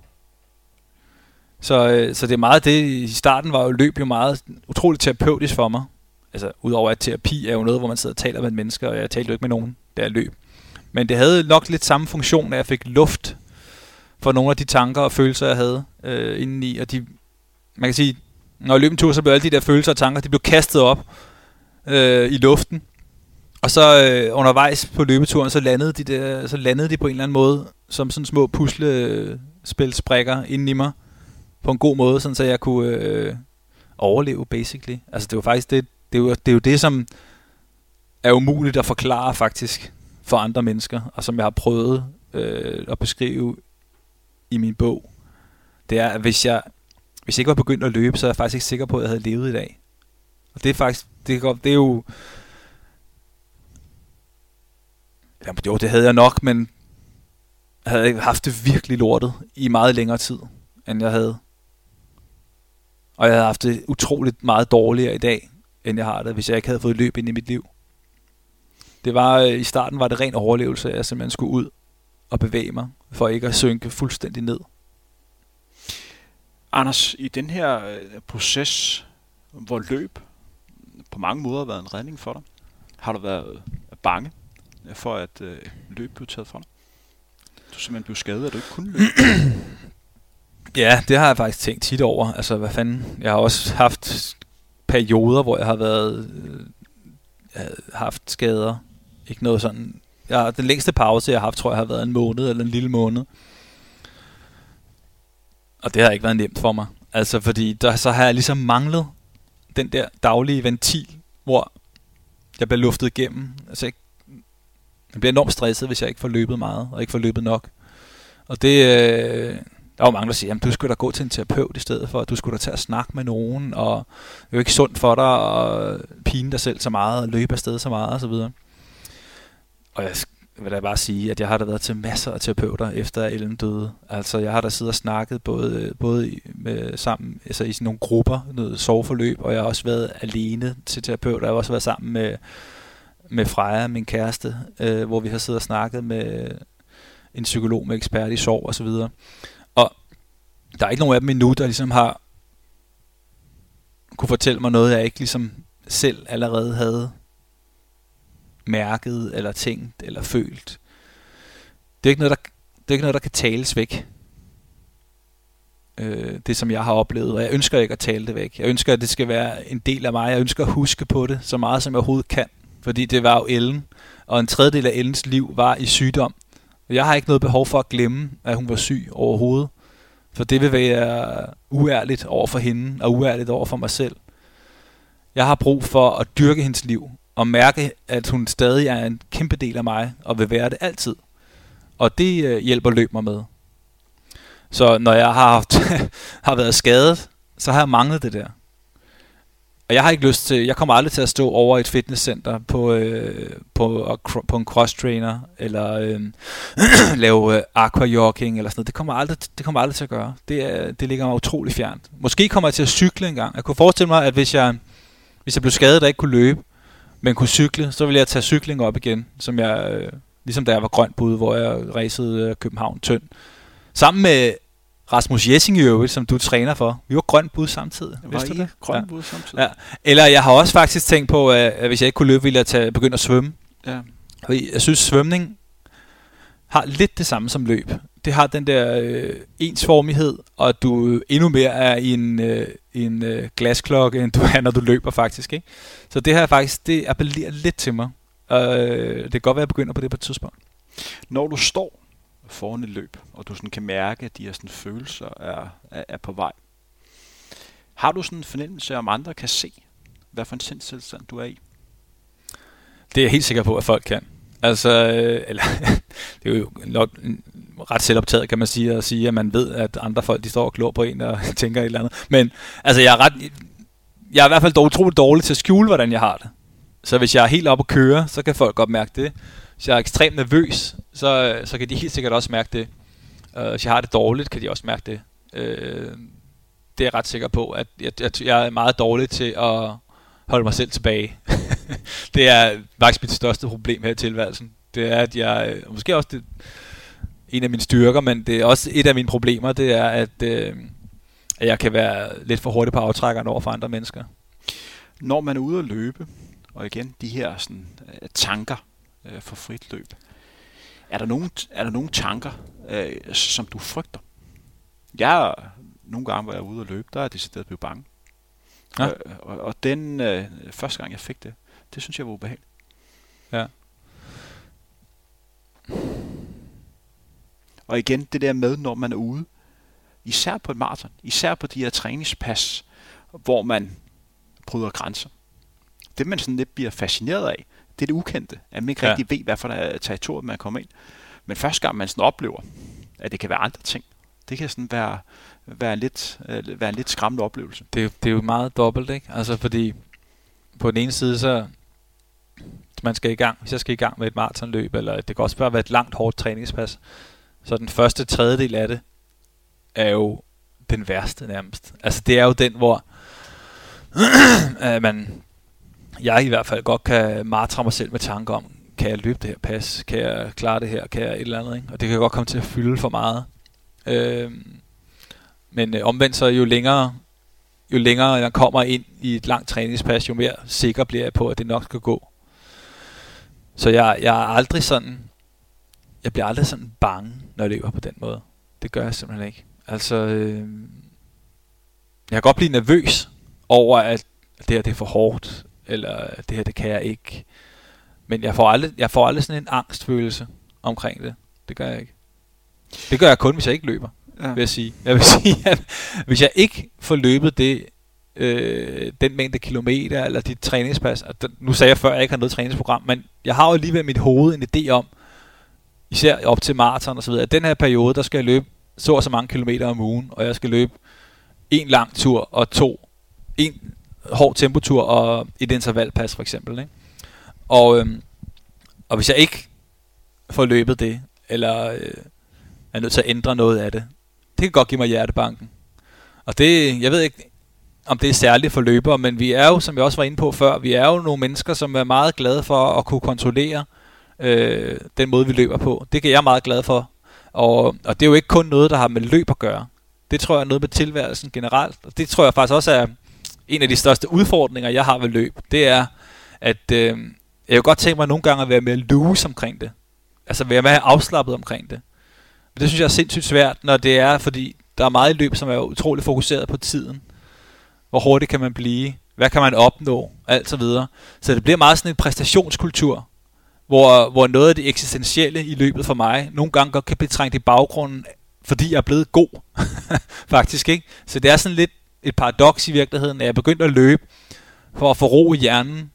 B: Så, så det er meget det. I starten var jo løb jo meget utroligt terapeutisk for mig. Altså, udover at terapi er jo noget, hvor man sidder og taler med mennesker, og jeg talte jo ikke med nogen, der løb. Men det havde nok lidt samme funktion, at jeg fik luft for nogle af de tanker og følelser, jeg havde øh, indeni. Og de, man kan sige, når jeg løb en tur, så blev alle de der følelser og tanker, de blev kastet op øh, i luften. Og så øh, undervejs på løbeturen, så landede, de der, så landede de på en eller anden måde, som sådan små puslespilsbrikker inden i mig, på en god måde, sådan så jeg kunne øh, overleve, basically. Altså det var faktisk det, det er jo det, er jo det som er umuligt at forklare faktisk for andre mennesker, og som jeg har prøvet øh, at beskrive i min bog. Det er, at hvis jeg, hvis jeg ikke var begyndt at løbe, så er jeg faktisk ikke sikker på, at jeg havde levet i dag. Og det er faktisk, det er, det er jo, jamen, jo, det havde jeg nok, men jeg havde haft det virkelig lortet i meget længere tid, end jeg havde. Og jeg havde haft det utroligt meget dårligere i dag, end jeg har det, hvis jeg ikke havde fået løb ind i mit liv. Det var, i starten var det ren overlevelse, at jeg simpelthen skulle ud og bevæge mig, for ikke at synke fuldstændig ned.
A: Anders, i den her proces, hvor løb på mange måder har været en redning for dig, har du været bange for, at øh, løb blev taget fra dig? Du simpelthen blev skadet, at du ikke kunne løbe?
B: Ja, det har jeg faktisk tænkt tit over. Altså, hvad fanden? Jeg har også haft perioder, hvor jeg har været øh, jeg har haft skader. Ikke noget sådan. Jeg, den længste pause, jeg har haft, tror jeg, har været en måned eller en lille måned. Og det har ikke været nemt for mig. Altså, fordi der, så har jeg ligesom manglet den der daglige ventil, hvor jeg bliver luftet igennem. Altså, jeg, jeg bliver enormt stresset, hvis jeg ikke får løbet meget, og ikke får løbet nok. Og det... Øh, der er jo mange, der siger, at du skulle da gå til en terapeut i stedet for, at du skulle da tage at snakke med nogen, og det er jo ikke sundt for dig at pine dig selv så meget, og løbe afsted så meget, og så videre. Og jeg vil da bare sige, at jeg har da været til masser af terapeuter, efter Ellen døde. Altså, jeg har da siddet og snakket både, både med, sammen, altså i sådan nogle grupper, noget soveforløb, og jeg har også været alene til terapeuter. Jeg har også været sammen med, med Freja, min kæreste, øh, hvor vi har siddet og snakket med en psykolog med ekspert i sorg, og så videre. Og der er ikke nogen af dem endnu, der ligesom har kunne fortælle mig noget, jeg ikke ligesom selv allerede havde mærket, eller tænkt, eller følt. Det er ikke noget, der, det er ikke noget, der kan tales væk. Øh, det, som jeg har oplevet. Og jeg ønsker ikke at tale det væk. Jeg ønsker, at det skal være en del af mig. Jeg ønsker at huske på det, så meget som jeg overhovedet kan. Fordi det var jo Ellen. Og en tredjedel af Ellens liv var i sygdom. Jeg har ikke noget behov for at glemme, at hun var syg overhovedet. For det vil være uærligt over for hende, og uærligt over for mig selv. Jeg har brug for at dyrke hendes liv, og mærke, at hun stadig er en kæmpe del af mig, og vil være det altid. Og det øh, hjælper løb mig med. Så når jeg har, haft, har været skadet, så har jeg manglet det der. Og jeg har ikke lyst til, jeg kommer aldrig til at stå over et fitnesscenter på, øh, på, på en cross-trainer, eller øh, lave øh, aquajogging, eller sådan noget. Det kommer aldrig, det kommer aldrig til at gøre. Det, er, det ligger mig utrolig fjernt. Måske kommer jeg til at cykle en gang. Jeg kunne forestille mig, at hvis jeg, hvis jeg blev skadet og ikke kunne løbe, men kunne cykle, så ville jeg tage cykling op igen, som jeg, øh, ligesom da jeg var grønt bud, hvor jeg racede øh, København Tynd. Sammen med Rasmus Jessing i øvrigt, som du træner for. Vi var grønt bud samtidig.
A: Var I grønt bud samtidig?
B: Ja. Eller jeg har også faktisk tænkt på, at hvis jeg ikke kunne løbe, ville jeg tage, begynde at svømme.
A: Ja.
B: Jeg synes, svømning har lidt det samme som løb. Det har den der øh, ensformighed, og at du endnu mere er i en, øh, en øh, glasklokke, end du er, når du løber faktisk. Ikke? Så det her faktisk, det appellerer lidt til mig. Øh, det kan godt være, at jeg begynder på det på et tidspunkt.
A: Når du står foran et løb, og du sådan kan mærke, at de her sådan følelser er, er, er på vej. Har du sådan en fornemmelse, om andre kan se, hvad for en sindstilstand du er i?
B: Det er jeg helt sikker på, at folk kan. Altså, øh, eller, det er jo nok ret selvoptaget, kan man sige, at sige, at man ved, at andre folk, de står og glor på en og tænker et eller andet. Men altså, jeg er ret, jeg er i hvert fald utroligt dårlig til at skjule, hvordan jeg har det. Så hvis jeg er helt oppe at køre, så kan folk godt mærke det. Hvis jeg er ekstremt nervøs, så, så kan de helt sikkert også mærke det. Uh, hvis jeg har det dårligt, kan de også mærke det. Uh, det er jeg ret sikker på, at jeg, jeg, jeg er meget dårlig til at holde mig selv tilbage. Det er faktisk mit største problem her i tilværelsen. Det er, at jeg, måske også det, en af mine styrker, men det er også et af mine problemer, det er, at, øh, at jeg kan være lidt for hurtig på aftrækkeren over for andre mennesker.
A: Når man er ude at løbe, og igen de her sådan, øh, tanker øh, for frit løb, er der nogle, er der nogle tanker, øh, som du frygter? Jeg nogle gange, hvor jeg er ude at løbe, der er det decideret blevet bange. Ja. Øh, og, og den øh, første gang jeg fik det, det synes jeg var ubehageligt.
B: Ja.
A: Og igen det der med, når man er ude, især på et maraton, især på de her træningspas, hvor man bryder grænser. Det man sådan lidt bliver fascineret af, det er det ukendte, at man ikke ja. rigtig ved, hvad for der territorium man kommer ind. Men første gang man sådan oplever, at det kan være andre ting, det kan sådan være, være, lidt, øh, være en lidt skræmmende oplevelse.
B: Det er, det er jo meget dobbelt, ikke? Altså fordi på den ene side, så man skal i gang, hvis jeg skal i gang med et maratonløb, eller det kan også bare være et langt, hårdt træningspas, så den første tredjedel af det er jo den værste nærmest. Altså det er jo den, hvor man, jeg i hvert fald godt kan martre mig selv med tanker om, kan jeg løbe det her pas, kan jeg klare det her, kan jeg et eller andet, ikke? Og det kan godt komme til at fylde for meget. Øhm, men øh, omvendt så jo længere jo længere jeg kommer ind i et langt træningspas, jo mere sikker bliver jeg på, at det nok skal gå. Så jeg, jeg er aldrig sådan, jeg bliver aldrig sådan bange, når jeg løber på den måde. Det gør jeg simpelthen ikke. Altså, øh, jeg kan godt blive nervøs over, at det her det er for hårdt, eller at det her det kan jeg ikke. Men jeg får aldrig, jeg får aldrig sådan en angstfølelse omkring det. Det gør jeg ikke. Det gør jeg kun, hvis jeg ikke løber, ja. vil jeg sige. Jeg vil sige, at hvis jeg ikke får løbet det, øh, den mængde kilometer, eller dit træningspas, at nu sagde jeg før, at jeg ikke har noget træningsprogram, men jeg har jo alligevel i mit hoved en idé om, især op til maraton og så videre, at den her periode, der skal jeg løbe så og så mange kilometer om ugen, og jeg skal løbe en lang tur og to, en hård tempotur og et intervalpas for eksempel, ikke? Og, øhm, og hvis jeg ikke får løbet det, eller øh, er nødt til at ændre noget af det, det kan godt give mig hjertebanken. Og det, jeg ved ikke, om det er særligt for løbere, men vi er jo, som jeg også var inde på før, vi er jo nogle mennesker, som er meget glade for at kunne kontrollere øh, den måde, vi løber på. Det er jeg meget glad for. Og, og det er jo ikke kun noget, der har med løb at gøre. Det tror jeg er noget med tilværelsen generelt. Og det tror jeg faktisk også er en af de største udfordringer, jeg har ved løb. Det er, at øh, jeg vil godt tænke mig nogle gange at være mere loose omkring det. Altså være mere afslappet omkring det. Men det synes jeg er sindssygt svært, når det er, fordi der er meget i løb, som er utroligt fokuseret på tiden. Hvor hurtigt kan man blive? Hvad kan man opnå? Alt så videre. Så det bliver meget sådan en præstationskultur, hvor, hvor noget af det eksistentielle i løbet for mig nogle gange godt kan blive trængt i baggrunden, fordi jeg er blevet god. Faktisk, ikke? Så det er sådan lidt et paradoks i virkeligheden, at jeg er begyndt at løbe for at få ro i hjernen.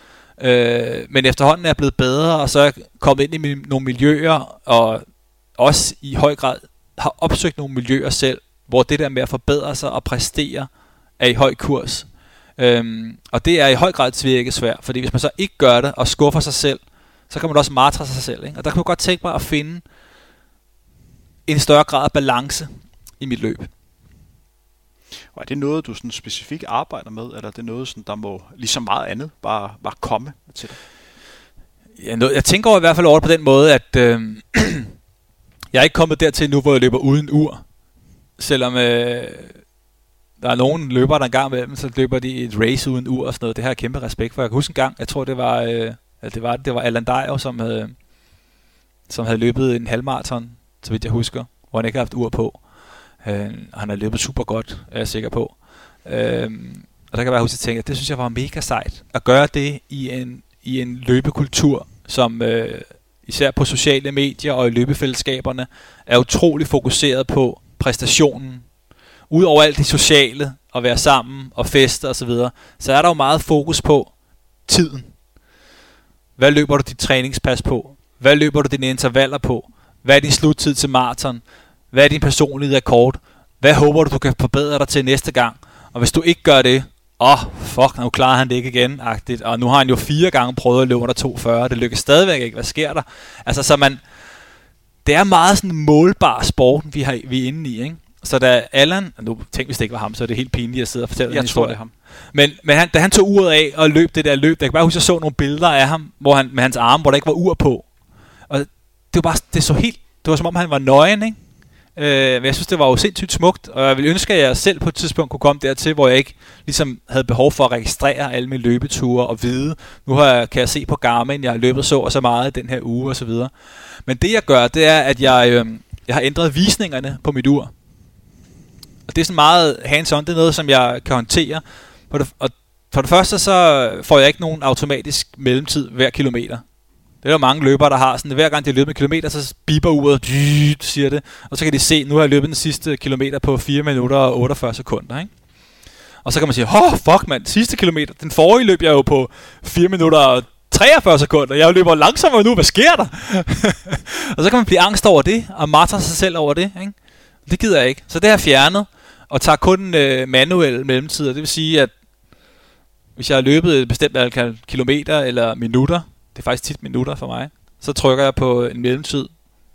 B: Øh, men efterhånden er jeg blevet bedre, og så er jeg kommet ind i mi- nogle miljøer, og også i høj grad har opsøgt nogle miljøer selv, hvor det der med at forbedre sig og præstere er i høj kurs. Øhm, og det er i høj grad tvirket svært, fordi hvis man så ikke gør det og skuffer sig selv, så kan man også martre sig selv, ikke? Og der kan man godt tænke mig at finde en større grad af balance i mit løb.
A: Og er det noget, du sådan specifikt arbejder med, eller er det noget, sådan, der må ligesom meget andet bare, bare komme til dig?
B: Ja, noget, jeg tænker over i hvert fald over på den måde, at øh, jeg er ikke kommet dertil nu, hvor jeg løber uden ur. Selvom øh, der er nogen løbere, der engang med dem, så løber de et race uden ur og sådan noget. Det har jeg kæmpe respekt for. Jeg kan huske en gang, jeg tror det var, øh, det var, det var Allan Dejr, som havde, som havde løbet en halvmaraton, så vidt jeg husker, hvor han ikke har haft ur på. Øh, han har løbet super godt, er jeg sikker på. Øh, og der kan jeg bare huske at tænke, at det synes jeg var mega sejt. At gøre det i en, i en løbekultur, som øh, især på sociale medier og i løbefællesskaberne, er utrolig fokuseret på præstationen. Udover alt det sociale, at være sammen og feste osv., så, så er der jo meget fokus på tiden. Hvad løber du dit træningspas på? Hvad løber du dine intervaller på? Hvad er din sluttid til maraton? Hvad er din personlige rekord? Hvad håber du, du kan forbedre dig til næste gang? Og hvis du ikke gør det, åh, oh, fuck, nu klarer han det ikke igen, agtigt. Og nu har han jo fire gange prøvet at løbe under to fyrre. Det lykkes stadigvæk ikke. Hvad sker der? Altså, så man... Det er meget sådan en målbar sport, vi, har, vi er inde i, ikke? Så da Allan... Nu tænk, hvis det ikke var ham, så er det helt pinligt at sidde og fortælle
A: jeg
B: en
A: tror,
B: historie.
A: det er ham.
B: Men, men han, da han tog uret af og løb det der løb, jeg kan bare huske, at jeg så nogle billeder af ham, hvor han, med hans arme, hvor der ikke var ur på. Og det var bare... Det så helt... Det var som om, han var nøgen, ikke? Øh, men jeg synes, det var jo sindssygt smukt, og jeg ville ønske, at jeg selv på et tidspunkt kunne komme dertil, hvor jeg ikke ligesom havde behov for at registrere alle mine løbeture og vide, nu har jeg, kan jeg se på Garmin, jeg har løbet så og så meget den her uge og så videre. Men det jeg gør, det er, at jeg, øh, jeg har ændret visningerne på mit ur. Og det er sådan meget hands-on, det er noget, som jeg kan håndtere. For det, og for det første, så får jeg ikke nogen automatisk mellemtid hver kilometer. Det er jo mange løbere, der har sådan, hver gang de løber med kilometer, så biber uret, siger det, og så kan de se, nu har jeg løbet den sidste kilometer på fire minutter og otteogfyrre sekunder, ikke? Og så kan man sige, åh, oh, fuck mand, sidste kilometer, den forrige løb jeg jo på fire minutter og treogfyrre sekunder, jeg løber langsommere nu, hvad sker der? Og så kan man blive angst over det, og martre sig selv over det, ikke? Det gider jeg ikke, så det har jeg fjernet, og tager kun øh, manuelle mellemtider, det vil sige, at hvis jeg har løbet et bestemt antal kilometer eller minutter, det er faktisk tit minutter for mig, så trykker jeg på en mellemtid,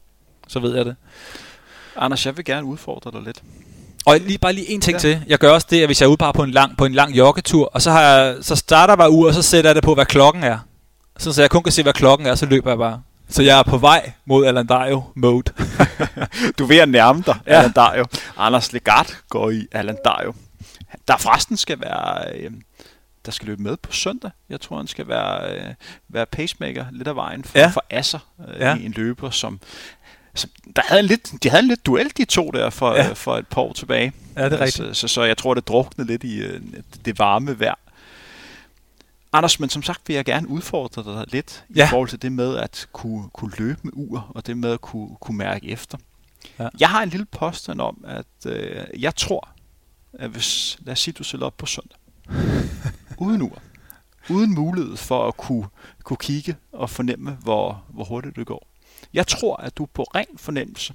B: så ved jeg det.
A: Anders, jeg vil gerne udfordre dig lidt.
B: Og lige, bare lige en ting ja. til. Jeg gør også det, at hvis jeg er ude bare på en lang, på en lang joggetur, og så, har jeg, så starter jeg bare ur, og så sætter jeg det på, hvad klokken er. Så, så jeg kun kan se, hvad klokken er, så løber jeg bare. Så jeg er på vej mod Allan Dario mode.
A: Du er ved at nærme dig,
B: ja.
A: Allan Dario. Anders Legarth går i Allan Dario. Der forresten skal være... Øh, der skal løbe med på søndag. Jeg tror, han skal være, øh, være pacemaker lidt af vejen for, ja. for Asser. Øh, ja. En løber, som... som der havde en lidt, de havde en lidt duel, de to der, for, ja. øh, for et par år tilbage.
B: Ja, det er rigtigt.
A: Så, så, så jeg tror, det druknede lidt i øh, det varme vejr. Anders, men som sagt vil jeg gerne udfordre dig lidt ja. i forhold til det med at kunne, kunne løbe med ur, og det med at kunne, kunne mærke efter. Ja. Jeg har en lille påstand om, at øh, jeg tror, at hvis, lad os sige, du sætter op på søndag, uden ur, uden mulighed for at kunne, kunne kigge og fornemme, hvor, hvor hurtigt det går. Jeg tror, at du på ren fornemmelse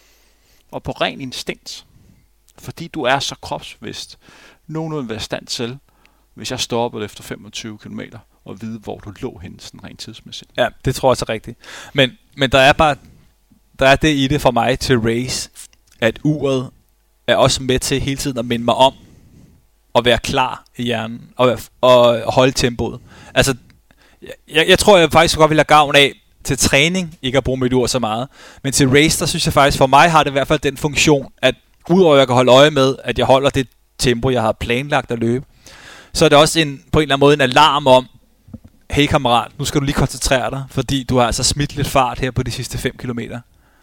A: og på ren instinkt, fordi du er så kropsbevidst, nogenlunde være stand til, hvis jeg stoppede efter femogtyve kilometer, og vide, hvor du lå henne sådan rent tidsmæssigt.
B: Ja, det tror jeg så rigtigt. Men, men der er bare der er det i det for mig til race, at uret er også med til hele tiden at minde mig om, at være klar i hjernen, og, og holde tempoet. Altså, jeg, jeg tror, jeg faktisk godt vil have gavn af til træning, ikke at bruge mit ur så meget. Men til race, der synes jeg faktisk, for mig har det i hvert fald den funktion, at udover at jeg kan holde øje med, at jeg holder det tempo, jeg har planlagt at løbe, så er det også en, på en eller anden måde en alarm om, hey kammerat, nu skal du lige koncentrere dig, fordi du har altså smidt lidt fart her på de sidste fem kilometer.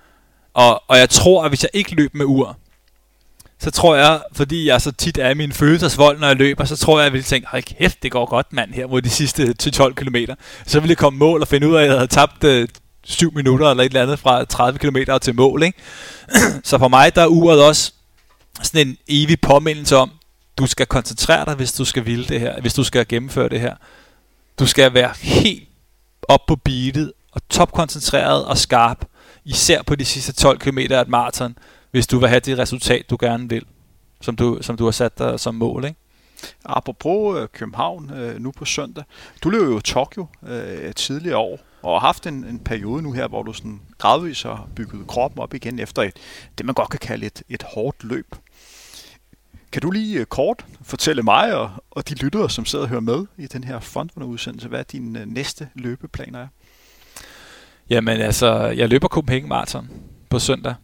B: Og, og jeg tror, at hvis jeg ikke løber med ur, så tror jeg, fordi jeg så tit er i min følelsesvold, når jeg løber, så tror jeg, at jeg vil tænke, hold kæft, det går godt, mand, her mod de sidste til tolv kilometer. Så vil jeg komme mål og finde ud af, at jeg havde tabt øh, syv minutter eller et eller andet fra tredive kilometer til mål, ikke? Så for mig, der er uret også sådan en evig påmindelse om, du skal koncentrere dig, hvis du skal ville det her, hvis du skal gennemføre det her. Du skal være helt op på beatet og topkoncentreret og skarp, især på de sidste tolv kilometer af et maraton, hvis du vil have det resultat, du gerne vil, som du, som du har sat dig som mål, ikke?
A: Apropos øh, København øh, nu på søndag. Du løb jo Tokyo øh, tidligere år, og har haft en, en periode nu her, hvor du sådan gradvis har bygget kroppen op igen efter et, det man godt kan kalde et, et hårdt løb. Kan du lige uh, kort fortælle mig og, og de lyttere, som sidder og hører med i den her frontrunner-udsendelse, hvad dine uh, næste løbeplaner er?
B: Jamen altså, jeg løber Copenhagen Marathon på søndag.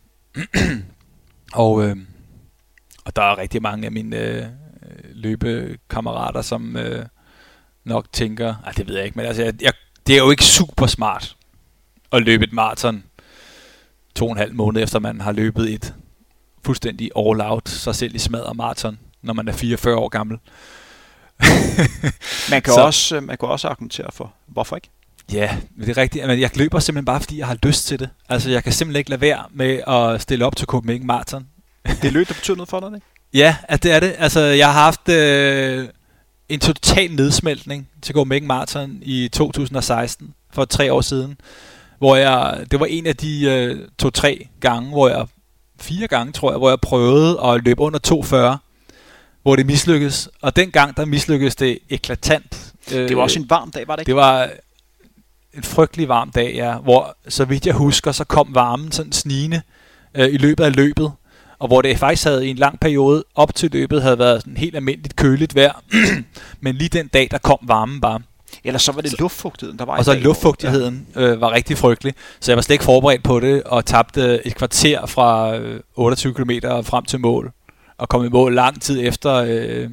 B: og, øh, og der er rigtig mange af mine øh, løbekammerater, som øh, nok tænker, ah, det ved jeg ikke, men altså, jeg, jeg, det er jo ikke super smart at løbe et marathon to og en halv måned efter man har løbet et fuldstændig all out, sig selv i smadret maraton, når man er fireogfyrre år gammel.
A: man, kan også, man kan også argumentere for, hvorfor ikke?
B: Ja, det er rigtigt. Men jeg løber simpelthen bare, fordi jeg har lyst til det. Altså, jeg kan simpelthen ikke lade være med at stille op til Copenhagen Marathon.
A: Det er løb, der betyder noget for dig, ikke?
B: Ja, at det er det. Altså, jeg har haft øh, en total nedsmeltning til Copenhagen Marathon i to tusind og seksten, for tre år siden, hvor jeg, det var en af de øh, to-tre gange, hvor jeg, fire gange tror jeg, hvor jeg prøvede at løbe under to fyrre, hvor det mislykkedes. Og dengang, der mislykkedes det eklatant.
A: Det var også en varm dag, var det ikke?
B: Det var en frygtelig varm dag, ja, hvor, så vidt jeg husker, så kom varmen sådan snigende øh, i løbet af løbet, og hvor det faktisk havde i en lang periode op til løbet havde været sådan helt almindeligt køligt vejr, men lige den dag, der kom varmen bare.
A: Eller så var det luftfugtigheden, der var.
B: Og så luftfugtigheden øh, var rigtig frygtelig, så jeg var slet ikke forberedt på det, og tabte et kvarter fra øh, otteogtyve kilometer frem til mål, og kom i mål lang tid efter, øh,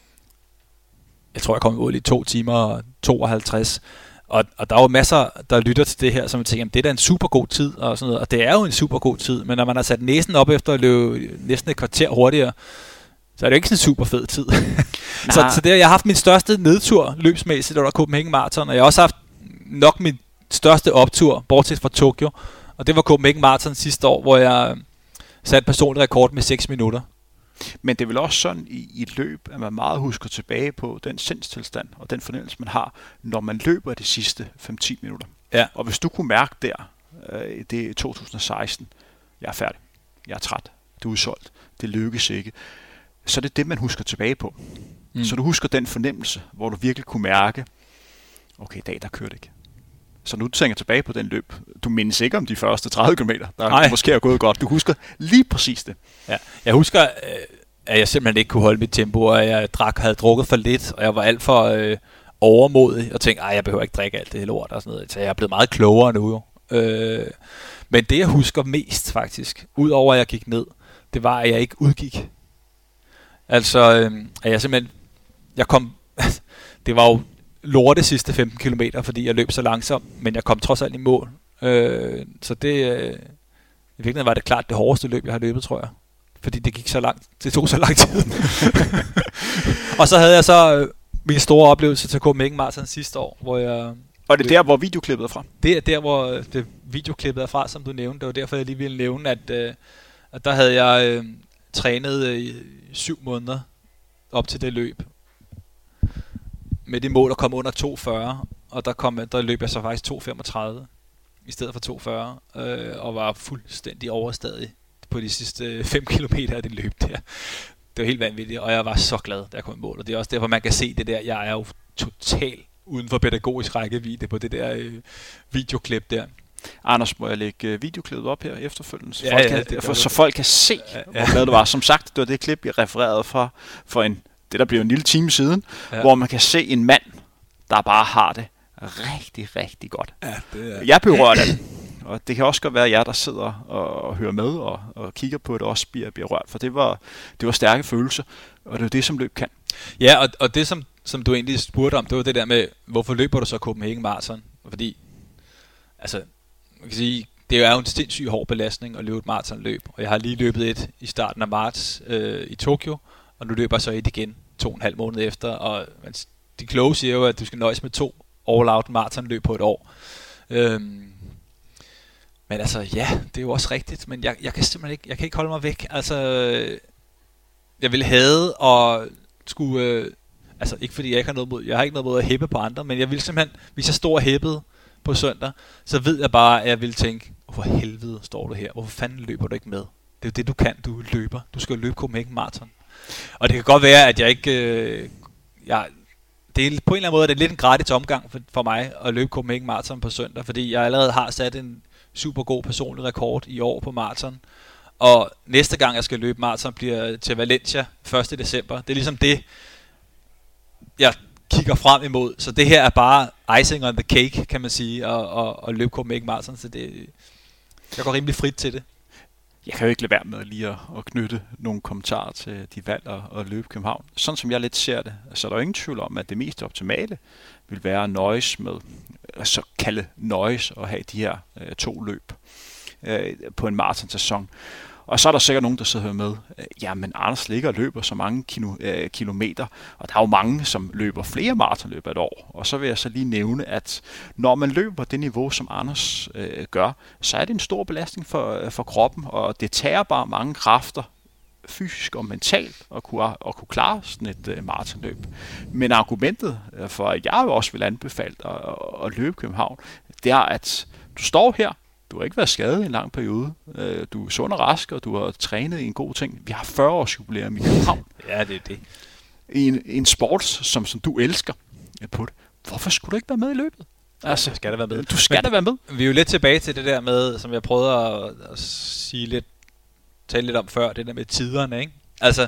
B: jeg tror jeg kom i mål i to timer og tooghalvtreds. Og, og der er jo masser, der lytter til det her, som tænker, det er da en super god tid, og sådan noget. Og det er jo en super god tid, men når man har sat næsen op efter at løbe næsten et kvarter hurtigere, så er det jo ikke sådan en super fed tid. så, så det, jeg har haft min største nedtur løbsmæssigt under Copenhagen Marathon, og jeg har også haft nok min største optur, bortset fra Tokyo, og det var Copenhagen Marathon sidste år, hvor jeg satte personlig rekord med seks minutter.
A: Men det er vel også sådan i, i et løb, at man meget husker tilbage på den sindstilstand og den fornemmelse, man har, når man løber de sidste fem til ti minutter.
B: Ja.
A: Og hvis du kunne mærke der, øh, det er to tusind og seksten, jeg er færdig, jeg er træt, det er udsolgt, det lykkes ikke, så det er det, man husker tilbage på. Mm. Så du husker den fornemmelse, hvor du virkelig kunne mærke, okay, i dag der kørte ikke. Så nu du tænker tilbage på den løb, du mindes ikke om de første tredive kilometer, der Nej. måske er gået godt. Du husker lige præcis det.
B: Ja. Jeg husker, at jeg simpelthen ikke kunne holde mit tempo, og jeg drak, havde drukket for lidt, og jeg var alt for øh, overmodig, og tænkte, at jeg behøver ikke drikke alt det her lort og sådan noget. Så jeg er blevet meget klogere nu jo. Øh, men det, jeg husker mest faktisk, udover at jeg gik ned, det var, at jeg ikke udgik. Altså, øh, at jeg simpelthen, jeg kom, det var jo lorte sidste femten kilometer, fordi jeg løb så langsomt, men jeg kom trods alt i mål. Øh, så det, øh, i virkeligheden var det klart det hårdeste løb, jeg har løbet, tror jeg. Fordi det gik så langt, det tog så lang tid. Og så havde jeg så øh, min store oplevelse til Copenhagen Marathon sidste år, hvor jeg...
A: Og det er der, hvor videoklippet er fra?
B: Det er der, hvor det videoklippet er fra, som du nævnte. Det var derfor, jeg lige ville nævne, at, øh, at der havde jeg øh, trænet øh, i syv måneder op til det løb. Med det mål at komme under to fyrre, og der, kom, der løb jeg så faktisk to femogtredive i stedet for to fyrre, øh, og var fuldstændig overstadig på de sidste fem kilometer af det løb der. Det var helt vanvittigt, og jeg var så glad, da jeg kom i mål, og det er også derfor, man kan se det der. Jeg er jo totalt uden for pædagogisk rækkevidde på det der øh, videoklip der.
A: Anders, må jeg lægge videoklippet op her efterfølgende, så,
B: ja,
A: folk,
B: ja,
A: kan, for, så folk kan se, ja, ja. hvor glad du var. Som sagt, det var det klip, jeg refererede for, for en, det, der blev en lille time siden, ja. hvor man kan se en mand, der bare har det rigtig, rigtig godt.
B: Ja, det er...
A: Jeg blev rørt af det, og det kan også godt være, at jer, der sidder og, og hører med og, og kigger på det, også bliver, bliver rørt, for det var, det var stærke følelser, og det er det, som løb kan.
B: Ja, og, og det, som, som du egentlig spurgte om, det var det der med, hvorfor løber du så Copenhagen Marathon? Fordi, altså, man kan sige, det er jo en sindssygt hård belastning at løbe et maratonløb, og jeg har lige løbet et i starten af marts øh, i Tokyo, og nu løber jeg så et igen to og en halv måned efter, og de kloge siger jo, at du skal nøjes med to all-out maratonløb på et år. Øhm, men altså, ja, det er jo også rigtigt, men jeg, jeg kan simpelthen ikke, jeg kan ikke holde mig væk. Altså, jeg vil have og skulle, øh, altså ikke fordi jeg ikke har noget mod, jeg har ikke noget mod at hæppe på andre, men jeg vil simpelthen, hvis jeg står og hæppede på søndag, så ved jeg bare, at jeg vil tænke, hvor helvede står du her? Hvorfor fanden løber du ikke med? Det er jo det, du kan. Du løber. Du skal jo løbe Copenhagen Marathon. Og det kan godt være, at jeg ikke... Øh, jeg, det er på en eller anden måde, det er lidt en gratis omgang for, for mig at løbe Copenhagen Marathon på søndag, fordi jeg allerede har sat en super god personlig rekord i år på maraton. Og næste gang, jeg skal løbe maraton, bliver til Valencia første december. Det er ligesom det, jeg kigger frem imod. Så det her er bare icing on the cake, kan man sige, og, og, og løbe Copenhagen Marathon. Så det, jeg går rimelig frit til det.
A: Jeg kan jo ikke lade være med lige at, at knytte nogle kommentarer til de valg at, at løbe København. Sådan som jeg lidt ser det, så er der jo ingen tvivl om, at det mest optimale vil være at nøjes med, så kalde nøjes at have de her øh, to løb øh, på en maratonsæson. Og så er der sikkert nogen, der sidder med, ja, men Anders ligger og løber så mange kilo, øh, kilometer, og der er jo mange, som løber flere maratonløb et år. Og så vil jeg så lige nævne, at når man løber det niveau, som Anders øh, gør, så er det en stor belastning for, øh, for kroppen, og det tager bare mange kræfter, fysisk og mentalt, at kunne, at kunne klare sådan et øh, maratonløb. Men argumentet for, at jeg jo også vil anbefale at, at, at løbe København, det er, at du står her, du har ikke været skadet i en lang periode. Du er sund og rask, og du har trænet i en god ting. Vi har fyrre års jubilæum i København.
B: Ja, det er det.
A: I en, en sport, som, som du elsker på det. Hvorfor skulle du ikke være med i løbet?
B: Altså, skal der være med.
A: Du skal
B: Men,
A: da være med.
B: Vi er jo lidt tilbage til det der med, som jeg prøvede at, at sige lidt, tale lidt om før, det der med tiderne, ikke? Altså,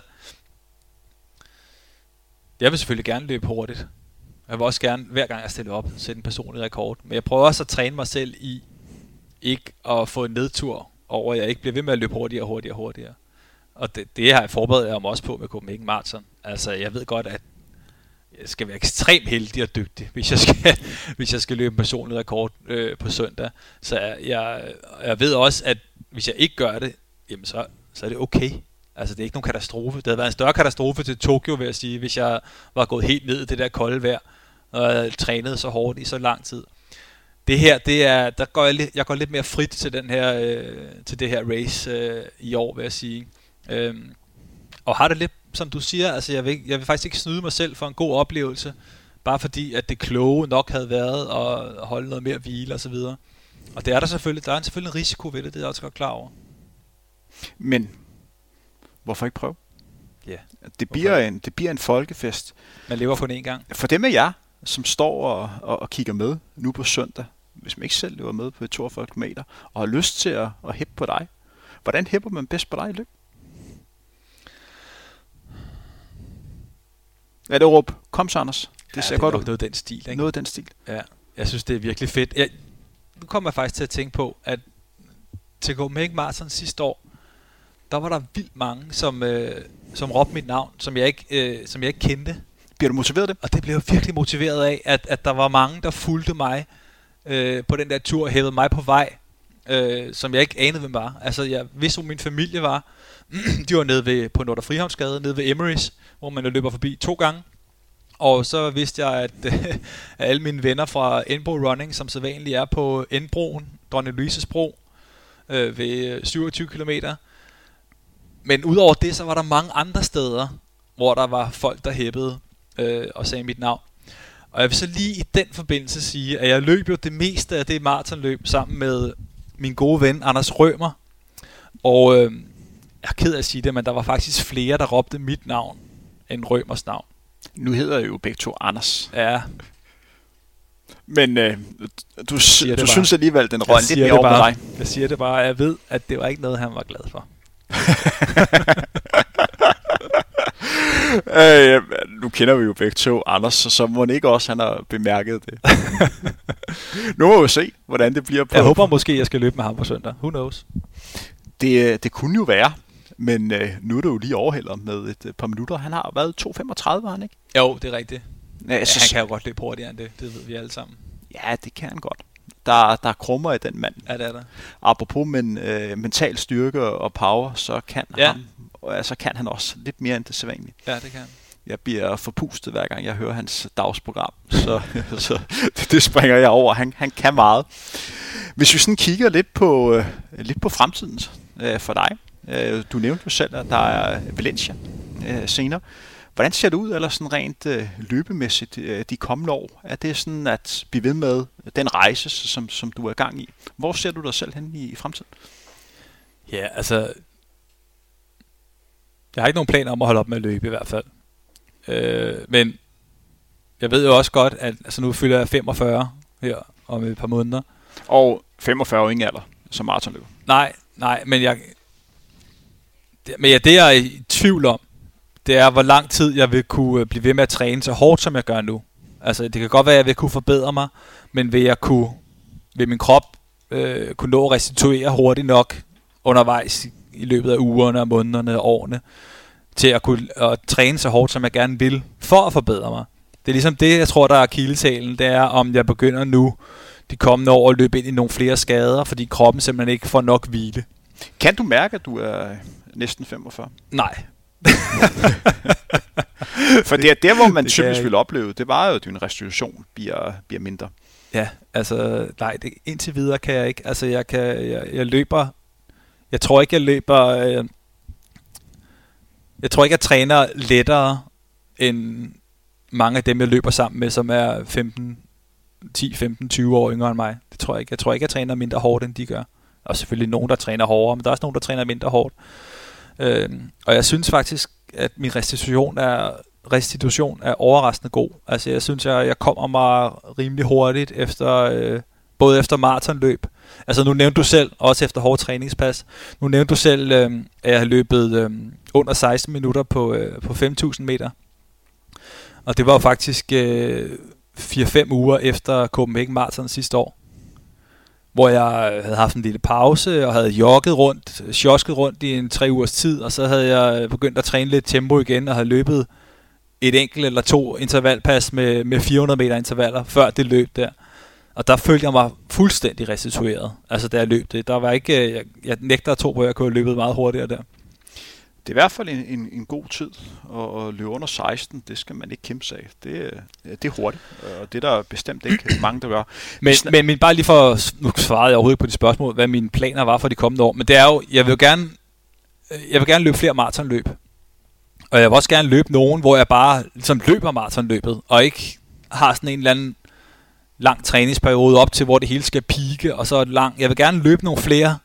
B: jeg vil selvfølgelig gerne løbe hurtigt. Jeg vil også gerne, hver gang jeg stiller op, sætte en personlig rekord. Men jeg prøver også at træne mig selv i ikke at få en nedtur over, at jeg ikke bliver ved med at løbe hurtigere og hurtigere og hurtigere. Og det, det har jeg forberedt mig også på med Copenhagen Marathon. Altså, jeg ved godt, at jeg skal være ekstremt heldig og dygtig, hvis jeg skal, hvis jeg skal løbe en personlig rekord øh, på søndag. Så jeg, jeg ved også, at hvis jeg ikke gør det, jamen så, så er det okay. Altså, det er ikke nogen katastrofe. Det havde været en større katastrofe til Tokyo, vil jeg sige, hvis jeg var gået helt ned i det der kolde vejr og trænet så hårdt i så lang tid. Det her, det er, der går jeg, lidt, jeg går lidt mere frit til den her, øh, til det her race øh, i år, vil jeg sige. Øhm, og har det lidt, som du siger, altså jeg vil, jeg vil faktisk ikke snyde mig selv for en god oplevelse, bare fordi at det kloge nok havde været at holde noget mere hvile og så videre. Og det er der selvfølgelig, der er selvfølgelig en risiko ved det, det er jeg også godt klar over.
A: Men hvorfor ikke prøve?
B: Ja. Yeah.
A: Det bliver en, det bliver en folkefest.
B: Man lever kun én gang.
A: For dem af jer, som står og, og, og kigger med nu på søndag, hvis man ikke selv løber med på toogfyrre kilometer, og har lyst til at, at hæppe på dig, hvordan hæpper man bedst på dig i løb? Er det råb? Kom så, Anders. Det
B: ja,
A: ser
B: det
A: godt
B: ud.
A: ud.
B: Noget af den stil, ikke?
A: Noget af den stil.
B: Ja, jeg synes, det er virkelig fedt. Jeg, nu kommer jeg faktisk til at tænke på, at til Copenhagen Marathon sidste år, der var der vildt mange, som, øh, som råbte mit navn, som jeg ikke, øh, som jeg ikke kendte.
A: Bliver du motiveret det?
B: Og det blev jeg virkelig motiveret af, at, at der var mange, der fulgte mig øh, på den der tur, hævede mig på vej, øh, som jeg ikke anede, hvem var. Altså, jeg vidste, hvor min familie var. De var nede ved, på Nordre Frihavnsgade, nede ved Emery's, hvor man løber forbi to gange. Og så vidste jeg, at, øh, at alle mine venner fra Enbro Running, som sædvanligt er på Enbroen, Dronning Louises Bro, øh, ved syvogtyve kilometer. Men udover det, så var der mange andre steder, hvor der var folk, der hæppede øh, og sagde mit navn. Og jeg vil så lige i den forbindelse sige, at jeg løb jo det meste af det maratonløb sammen med min gode ven, Anders Rømer. Og øh, jeg er ked af at sige det, men der var faktisk flere, der råbte mit navn end Rømers navn.
A: Nu hedder jeg jo begge to Anders.
B: Ja.
A: Men øh, du, du
B: bare.
A: synes alligevel, den røg lidt mere over
B: bare.
A: dig.
B: Jeg siger det bare, jeg ved, at det var ikke noget, han var glad for.
A: øh, nu kender vi jo begge to Anders, så, så må ikke også han har bemærket det. Nu må vi se, hvordan det bliver på.
B: Jeg håber måske, jeg skal løbe med ham på søndag. Who knows?
A: Det, det kunne jo være, men øh, nu er det jo lige overhælder med et par minutter. Han har været to femogtredive, han ikke?
B: Jo, det er rigtigt.
A: Ja,
B: ja,
A: så,
B: han kan jo godt løbe hurtigere end det, det ved vi alle sammen.
A: Ja, det kan han godt. Der, der er krummer i den mand.
B: Ja, det er der.
A: Apropos men, øh, mental styrke og power, så kan,
B: ja.
A: ham, og, så kan han også lidt mere end det sædvanlige.
B: Ja, det kan han.
A: Jeg bliver forpustet hver gang jeg hører hans dagsprogram, så, så det, det springer jeg over. Han, han kan meget. Hvis vi sådan kigger lidt på, øh, lidt på fremtiden øh, for dig. Øh, du nævnte jo selv, at der er Valencia øh, senere. Hvordan ser det ud, eller sådan rent øh, løbemæssigt øh, de kommende år? Er det sådan at blive ved med den rejse, som, som du er i gang i? Hvor ser du dig selv hen i, i fremtiden?
B: Ja, altså... Jeg har ikke nogen planer om at holde op med at løbe i hvert fald. Øh, men jeg ved jo også godt, at altså nu fylder jeg femogfyrre her om et par måneder.
A: Og femogfyrre er ingen alder som maratonløber.
B: Nej, nej, men jeg... Det, men ja, det jeg er i tvivl om, det er, hvor lang tid jeg vil kunne blive ved med at træne så hårdt, som jeg gør nu. Altså, det kan godt være, at jeg vil kunne forbedre mig, men vil jeg kunne, vil min krop øh, kunne nå at restituere hurtigt nok undervejs i, i løbet af ugerne, og månederne og årene, til at kunne at træne så hårdt, som jeg gerne vil, for at forbedre mig. Det er ligesom det, jeg tror, der er akilleshælen, det er, om jeg begynder nu de kommende år at løbe ind i nogle flere skader, fordi kroppen simpelthen ikke får nok hvile.
A: Kan du mærke, at du er næsten femogfyrre?
B: Nej.
A: For det er der, hvor man
B: det
A: typisk vil opleve, det var jo, at din restitution bliver, bliver mindre.
B: Ja, altså, nej, det, indtil videre kan jeg ikke. Altså, jeg kan, jeg, jeg løber, jeg tror ikke, jeg løber, øh, jeg tror ikke, jeg træner lettere end mange af dem, jeg løber sammen med, som er femten, ti, femten, tyve år yngre end mig. Det tror jeg ikke. Jeg tror ikke, jeg træner mindre hårdt, end de gør. Og selvfølgelig nogen, der træner hårdere, men der er også nogen, der træner mindre hårdt. Øh, og jeg synes faktisk, at min restitution er, restitution er overraskende god. Altså, jeg synes, jeg, jeg kommer mig rimelig hurtigt efter, øh, både efter maratonløb. Altså, nu nævnte du selv, også efter hårdt træningspas, nu nævnte du selv, øh, at jeg har løbet øh, under seksten minutter på, øh, på fem tusind meter. Og det var jo faktisk øh, fire fem uger efter Copenhagen Marathon sidste år, hvor jeg havde haft en lille pause og havde jogget rundt, sjosket rundt i en tre ugers tid, og så havde jeg begyndt at træne lidt tempo igen og havde løbet et enkelt eller to intervalpas med, med fire hundrede meter intervaller før det løb der. Og der følte jeg mig fuldstændig restitueret. Altså da jeg løb det, der var ikke, jeg, jeg nægter at tro på, at jeg kunne have løbet meget hurtigere der.
A: Det er i hvert fald en, en, en god tid at løbe under seksten, det skal man ikke kæmpe sig af. Det, det er hurtigt, og det er der bestemt ikke mange, der gør.
B: Men, men, men bare lige for, nu svarede jeg overhovedet ikke på de spørgsmål, hvad mine planer var for de kommende år, men det er jo, jeg vil gerne, jeg vil gerne løbe flere maratonløb. Og jeg vil også gerne løbe nogen, hvor jeg bare ligesom løber maratonløbet, og ikke har sådan en eller anden lang træningsperiode op til, hvor det hele skal pike, og så lang. Jeg vil gerne løbe nogle flere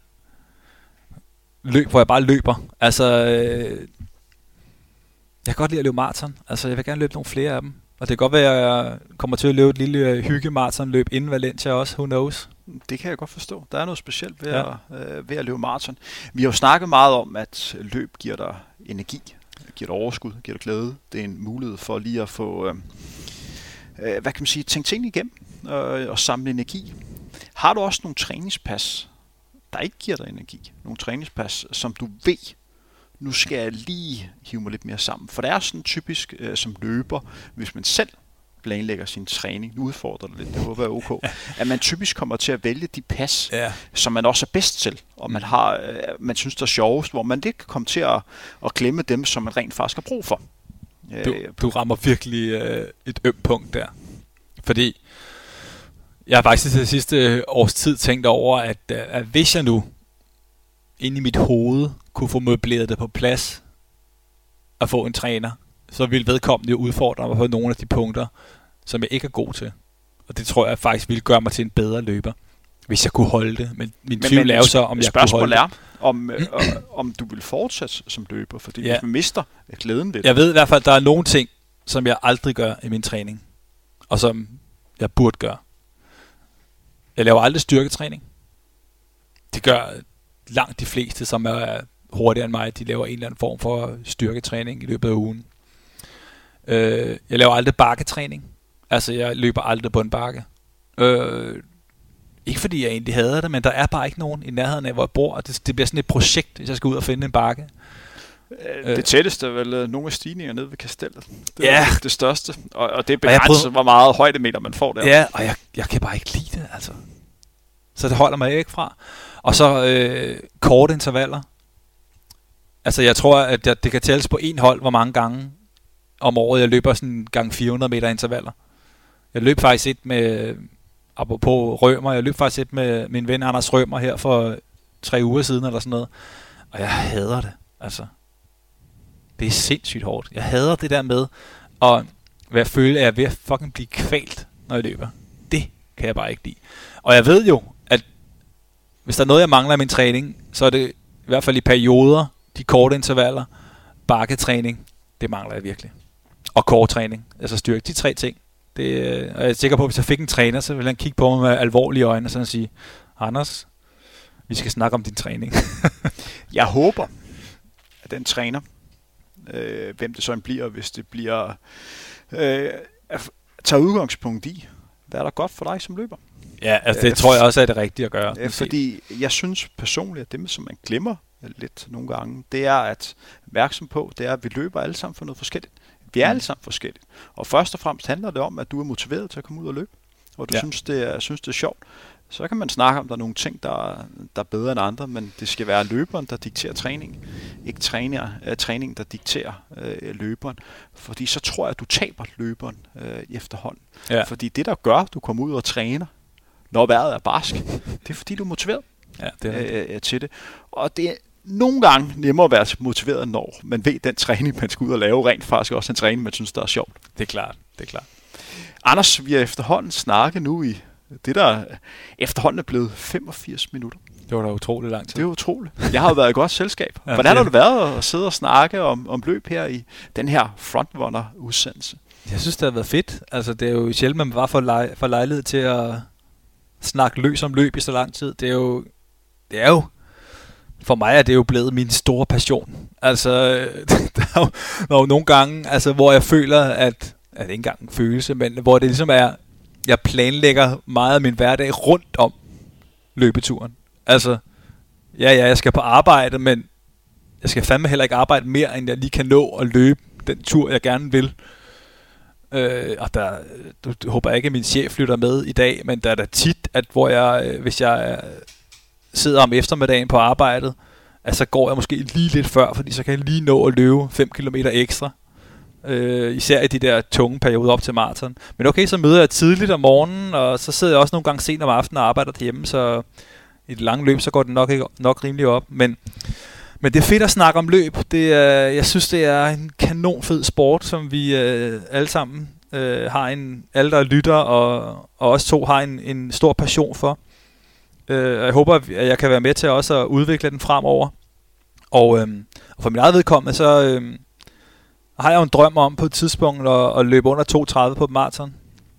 B: løb, hvor jeg bare løber. Altså, øh, jeg kan godt lide at løbe maraton. Altså, jeg vil gerne løbe nogle flere af dem. Og det kan godt være, at jeg kommer til at løbe et lille hygge-maratonløb inden Valencia også. Who knows?
A: Det kan jeg godt forstå. Der er noget specielt ved, ja. at, øh, ved at løbe maraton. Vi har jo snakket meget om, at løb giver dig energi, giver dig overskud, giver dig glæde. Det er en mulighed for lige at få, øh, øh, hvad kan man sige, tænke ting igennem øh, og samle energi. Har du også nogle træningspas, der ikke giver dig energi? Nogle træningspas, som du ved, nu skal jeg lige hive mig lidt mere sammen. For det er sådan typisk øh, som løber, hvis man selv planlægger sin træning, nu udfordrer det lidt, det håber jeg er ok, at man typisk kommer til at vælge de pas, ja. som man også er bedst til, og man har, øh, man synes der er sjovest, hvor man ikke kan komme til at, at glemme dem, som man rent faktisk har brug for.
B: Du, du rammer virkelig øh, et ømt punkt der, fordi jeg har faktisk til sidste års tid tænkt over, at, at hvis jeg nu inde i mit hoved kunne få møbleret det på plads at få en træner, så ville vedkommende udfordre mig på nogle af de punkter, som jeg ikke er god til. Og det tror jeg faktisk ville gøre mig til en bedre løber, hvis jeg kunne holde det. Men min tvivl er jo så, om jeg kunne holde
A: er, om, øh, om du vil fortsætte som løber, fordi ja. hvis man mister glæden ved det.
B: Jeg ved i hvert fald, at der er nogle ting, som jeg aldrig gør i min træning, og som jeg burde gøre. Jeg laver aldrig styrketræning. Det gør langt de fleste, som er hurtigere end mig. De laver en eller anden form for styrketræning i løbet af ugen. Øh, jeg laver aldrig bakketræning. Altså, jeg løber aldrig på en bakke. Øh, ikke fordi jeg egentlig hader det, men der er bare ikke nogen i nærheden af, hvor jeg bor. Og det, det bliver sådan et projekt, hvis jeg skal ud og finde en bakke.
A: Det øh. tætteste er vel nogle af stigninger nede ved Kastellet. Det
B: ja.
A: er det største. Og, og det er begrænset, hvor meget højdemeter man får der.
B: Ja, og jeg, jeg kan bare ikke lide det, altså. Så det holder mig ikke fra. Og så øh, korte intervaller. Altså, jeg tror, at jeg, det kan tælles på en hold, hvor mange gange om året jeg løber sådan gang fire hundrede meter intervaller. Jeg løb faktisk et med, apropos Rømer, jeg løb faktisk et med min ven Anders Rømer her for tre uger siden eller sådan noget. Og jeg hader det, altså. Det er sindssygt hårdt. Jeg hader det der med at være føle, at jeg er ved at fucking blive kvalt, når jeg løber. Det kan jeg bare ikke lide. Og jeg ved jo, at hvis der er noget, jeg mangler i min træning, så er det i hvert fald i perioder, de korte intervaller, bakketræning, det mangler jeg virkelig. Og core-træning, altså styrke, de tre ting. Det, og jeg er sikker på, at hvis jeg fik en træner, så ville han kigge på mig med alvorlige øjne og sådan sige, Anders, vi skal snakke om din træning.
A: Jeg håber, at den træner, øh, hvem det så end bliver, hvis det bliver, øh, tager udgangspunkt i, hvad er der godt for dig som løber?
B: Ja, altså det øh, tror jeg også er det rigtige at gøre.
A: Øh, fordi jeg synes personligt, at det, som man glemmer lidt nogle gange, det er at opmærksom på, det er, at vi løber alle sammen for noget forskelligt. Vi er alle sammen forskellige. Og først og fremmest handler det om, at du er motiveret til at komme ud og løbe, og du ja. synes, det er, synes, det er sjovt. Så kan man snakke om, at der er nogle ting, der, der er bedre end andre, men det skal være løberen, der dikterer træningen. Ikke træner, uh, træningen, der dikterer uh, løberen. Fordi så tror jeg, at du taber løberen uh, i efterhånden. Ja. Fordi det, der gør, at du kommer ud og træner, når vejret er barsk, det er fordi, du er motiveret ja, det er uh, til det. Og det er nogle gange nemmere at være motiveret, når man ved, den træning, man skal ud og lave, rent faktisk også en træning, man synes, der er sjovt.
B: Det er klart, det er klart.
A: Anders, vi har efterhånden snakket nu i det, der efterhånden er blevet femogfirs minutter.
B: Det var da utroligt lang tid.
A: Det er utroligt. Jeg har jo været i godt selskab. Ja, hvordan har det været at sidde og snakke om, om løb her i den her Frontrunner-udsendelse?
B: Jeg synes, det har været fedt. Altså, det er jo sjældent, man bare får, lej- får lejlighed til at snakke løs om løb i så lang tid. Det er jo, det er jo for mig er det jo blevet min store passion. Altså, der er jo, der er jo nogle gange, altså, hvor jeg føler, at, at det ikke engang en følelse, men hvor det ligesom er, jeg planlægger meget af min hverdag rundt om løbeturen. Altså, ja, ja, jeg skal på arbejde, men jeg skal fandme heller ikke arbejde mere, end jeg lige kan nå at løbe den tur, jeg gerne vil. Øh, og der, du, du håber ikke, at min chef flytter med i dag, men der er da tit, at hvor jeg, øh, hvis jeg øh, sidder om eftermiddagen på arbejdet, at så går jeg måske lige lidt før, fordi så kan jeg lige nå at løbe fem kilometer ekstra. Øh, især i de der tunge perioder op til maraton. Men okay, så møder jeg tidligt om morgenen, og så sidder jeg også nogle gange sent om aftenen og arbejder derhjemme, så i det lange løb, så går det nok, ikke, nok rimelig op. Men, men det er fedt at snakke om løb. Det er, jeg synes, det er en kanonfed sport, som vi øh, alle sammen øh, har en, alle der lytter, og, og os to har en, en stor passion for. Øh, jeg håber, at jeg kan være med til også at udvikle den fremover. Og, øh, og for mit eget vedkommende, så øh, har jeg jo en drøm om på et tidspunkt at, at løbe under to tredive på et maraton.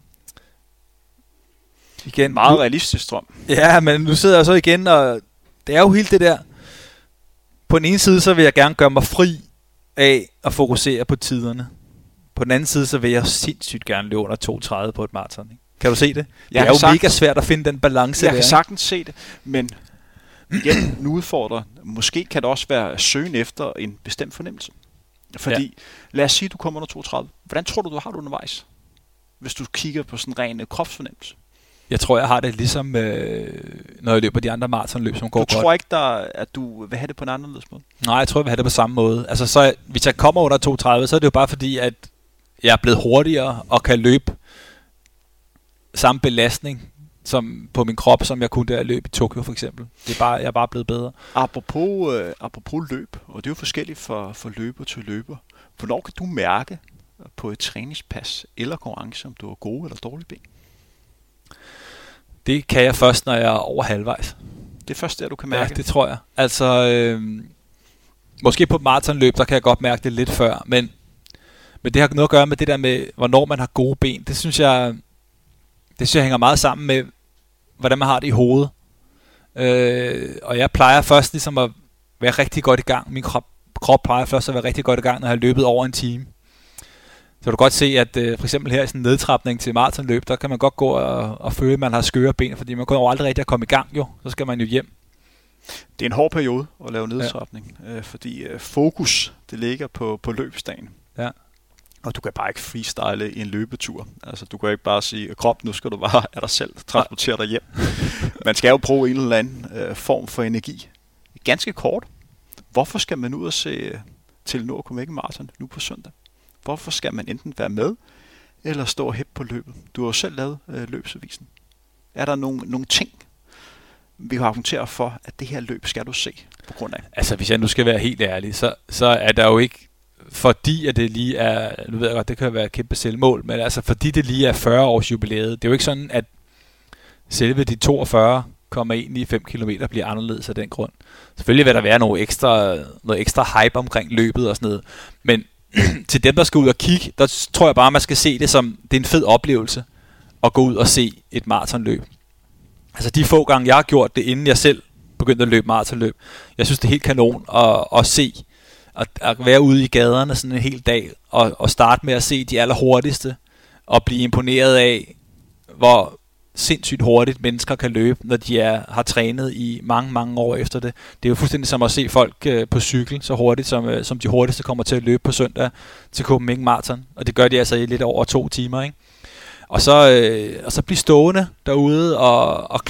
B: Igen.
A: Meget realistisk drøm.
B: Ja, men nu sidder jeg så igen, og det er jo helt det der. På den ene side, så vil jeg gerne gøre mig fri af at fokusere på tiderne. På den anden side, så vil jeg sindssygt gerne løbe under to tredive på et maraton. Kan du se det?
A: Jeg
B: det er jo
A: sagtens,
B: mega svært at finde den balance.
A: Jeg
B: der,
A: kan sagtens se det, men igen, nu udfordrer. Måske kan det også være søgen efter en bestemt fornemmelse. Fordi, ja. Lad os sige, at du kommer under to tredive. Hvordan tror du, du har det undervejs? Hvis du kigger på sådan en ren kropsfornemmelse.
B: Jeg tror, jeg har det ligesom, øh, når jeg løber de andre maratonløb, som går godt.
A: Du tror ikke, der, at du vil have det på en anderledes måde?
B: Nej, jeg tror, jeg vil have det på samme måde. Altså, så, hvis jeg kommer under to tredive, så er det jo bare fordi, at jeg er blevet hurtigere og kan løbe samme belastning som på min krop, som jeg kunne der løb i Tokyo for eksempel. Det er bare, jeg er bare blevet bedre.
A: Apropos, øh, apropos løb, og det er jo forskelligt for, for løber til løber. Hvornår kan du mærke på et træningspas eller konkurrence, om du har gode eller dårlige ben?
B: Det kan jeg først, når jeg er over halvvejs.
A: Det er først der, du kan mærke?
B: Ja, det tror jeg. Altså, øh, måske på et maratonløb, der kan jeg godt mærke det lidt før, men, men det har noget at gøre med det der med, hvornår man har gode ben. Det synes jeg, det synes jeg hænger meget sammen med, hvordan man har det i hovedet. Øh, og jeg plejer først ligesom at være rigtig godt i gang. Min krop, krop plejer først at være rigtig godt i gang, når jeg har løbet over en time. Så du kan godt se, at øh, for eksempel her i sådan en nedtrapning til maratonløb, der kan man godt gå og, og føle, at man har skøre ben, fordi man kan jo aldrig rigtig at komme i gang jo. Så skal man jo hjem.
A: Det er en hård periode at lave nedtrapning, ja. øh, fordi øh, fokus, det ligger på, på løbsdagen.
B: Ja.
A: Og du kan bare ikke freestyle i en løbetur. Altså, du kan ikke bare sige, krop, nu skal du bare af dig selv transportere dig hjem. Man skal jo bruge en eller anden øh, form for energi. Ganske kort. Hvorfor skal man ud og se til Nord Copenhagen Marathon nu på søndag? Hvorfor skal man enten være med, eller stå og hæppe på løbet? Du har jo selv lavet øh, løbsavisen. Er der nogle, nogle ting, vi kan argumentere for, at det her løb skal du se på grund af?
B: Altså, hvis jeg nu skal være helt ærlig, så, så er der jo ikke, fordi at det lige er, nu ved jeg godt, det kan være et kæmpe selvmål, men altså fordi det lige er fyrre års jubilæet, det er jo ikke sådan, at selve de toogfyrre komma femogfyrre kilometer bliver anderledes af den grund. Selvfølgelig vil der være noget ekstra, noget ekstra hype omkring løbet og sådan noget, men til dem, der skal ud og kigge, der tror jeg bare, man skal se det som, det er en fed oplevelse at gå ud og se et maratonløb. Altså de få gange, jeg har gjort det, inden jeg selv begyndte at løbe maratonløb, jeg synes, det er helt kanon at, at se, at, at være ude i gaderne sådan en hel dag, og, og starte med at se de allerhurtigste, og blive imponeret af, hvor sindssygt hurtigt mennesker kan løbe, når de er, har trænet i mange, mange år efter det. Det er jo fuldstændig som at se folk øh, på cykel så hurtigt, som, øh, som de hurtigste kommer til at løbe på søndag til Copenhagen Marathon. Og det gør de altså i lidt over to timer, ikke? Og så, øh, og så blive stående derude og, og klappe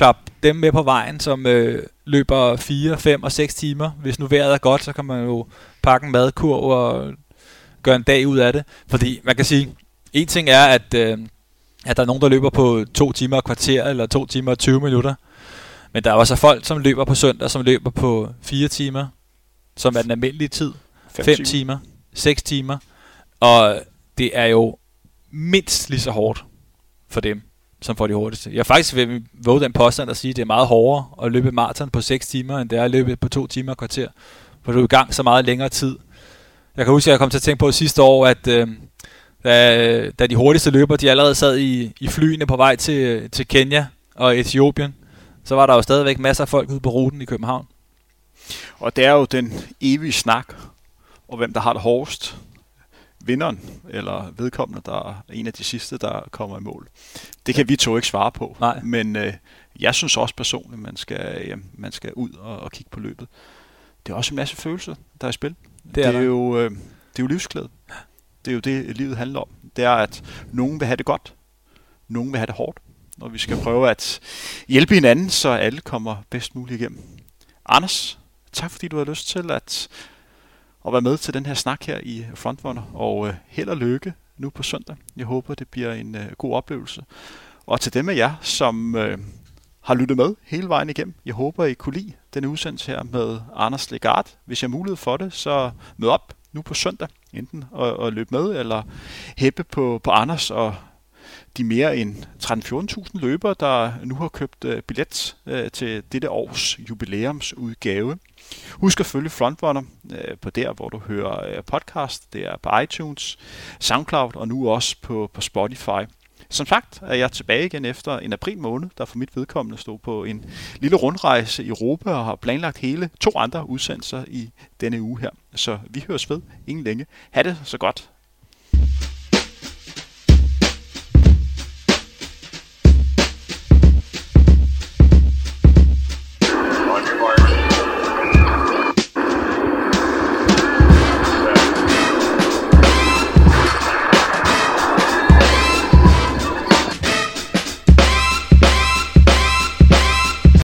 B: dem med på vejen, som øh, løber fire, fem og seks timer. Hvis nu vejret er godt, så kan man jo pakke en madkurv og gøre en dag ud af det. Fordi man kan sige, en ting er, at, øh, at der er nogen, der løber på to timer og kvarter, eller to timer og tyve minutter. Men der er også folk, som løber på søndag, som løber på fire timer, som er den almindelige tid. Fem, fem timer. timer, seks timer. Og det er jo mindst lige så hårdt for dem, som får de hurtigste. Jeg faktisk vil våge den påstand at sige, at det er meget hårdere at løbe maraton på seks timer, end det er at løbe på to timer og kvarter. For du er i gang så meget længere tid. Jeg kan huske, at jeg kom til at tænke på sidste år, at øh, da, da de hurtigste løber, de allerede sad i, i flyene på vej til, til Kenya og Etiopien, så var der jo stadigvæk masser af folk ude på ruten i København.
A: Og det er jo den evige snak, og hvem der har det hårdest. Vinderen, eller vedkommende, der er en af de sidste, der kommer i mål. Det kan vi to ikke svare på.
B: Nej.
A: Men øh, jeg synes også personligt, man skal, ja, man skal ud og, og kigge på løbet. Det er også en masse følelser, der er i spil. Det er, det er, jo, øh, det er jo livsglæde. Det er jo det, livet handler om. Det er, at nogen vil have det godt, nogen vil have det hårdt, og vi skal prøve at hjælpe hinanden, så alle kommer bedst muligt igennem. Anders, tak fordi du har lyst til at, at være med til den her snak her i Frontrunner, og øh, held og lykke nu på søndag. Jeg håber, det bliver en øh, god oplevelse. Og til dem af jer, som øh, har lyttet med hele vejen igennem, jeg håber, I kunne lide denne udsendelse her med Anders Legarth. Hvis jeg har mulighed for det, så mød op nu på søndag, enten at, at løbe med, eller hæppe på, på Anders og de mere end tretten til fjorten tusind løbere, der nu har købt uh, billet uh, til dette års jubilæumsudgave. Husk at følge Frontrunner uh, på der, hvor du hører uh, podcast. Det er på iTunes, SoundCloud og nu også på, på Spotify. Som sagt er jeg tilbage igen efter en april måned, der for mit vedkommende stod på en lille rundrejse i Europa og har planlagt hele to andre udsendelser i denne uge her. Så vi høres ved ingen længe. Ha' det så godt.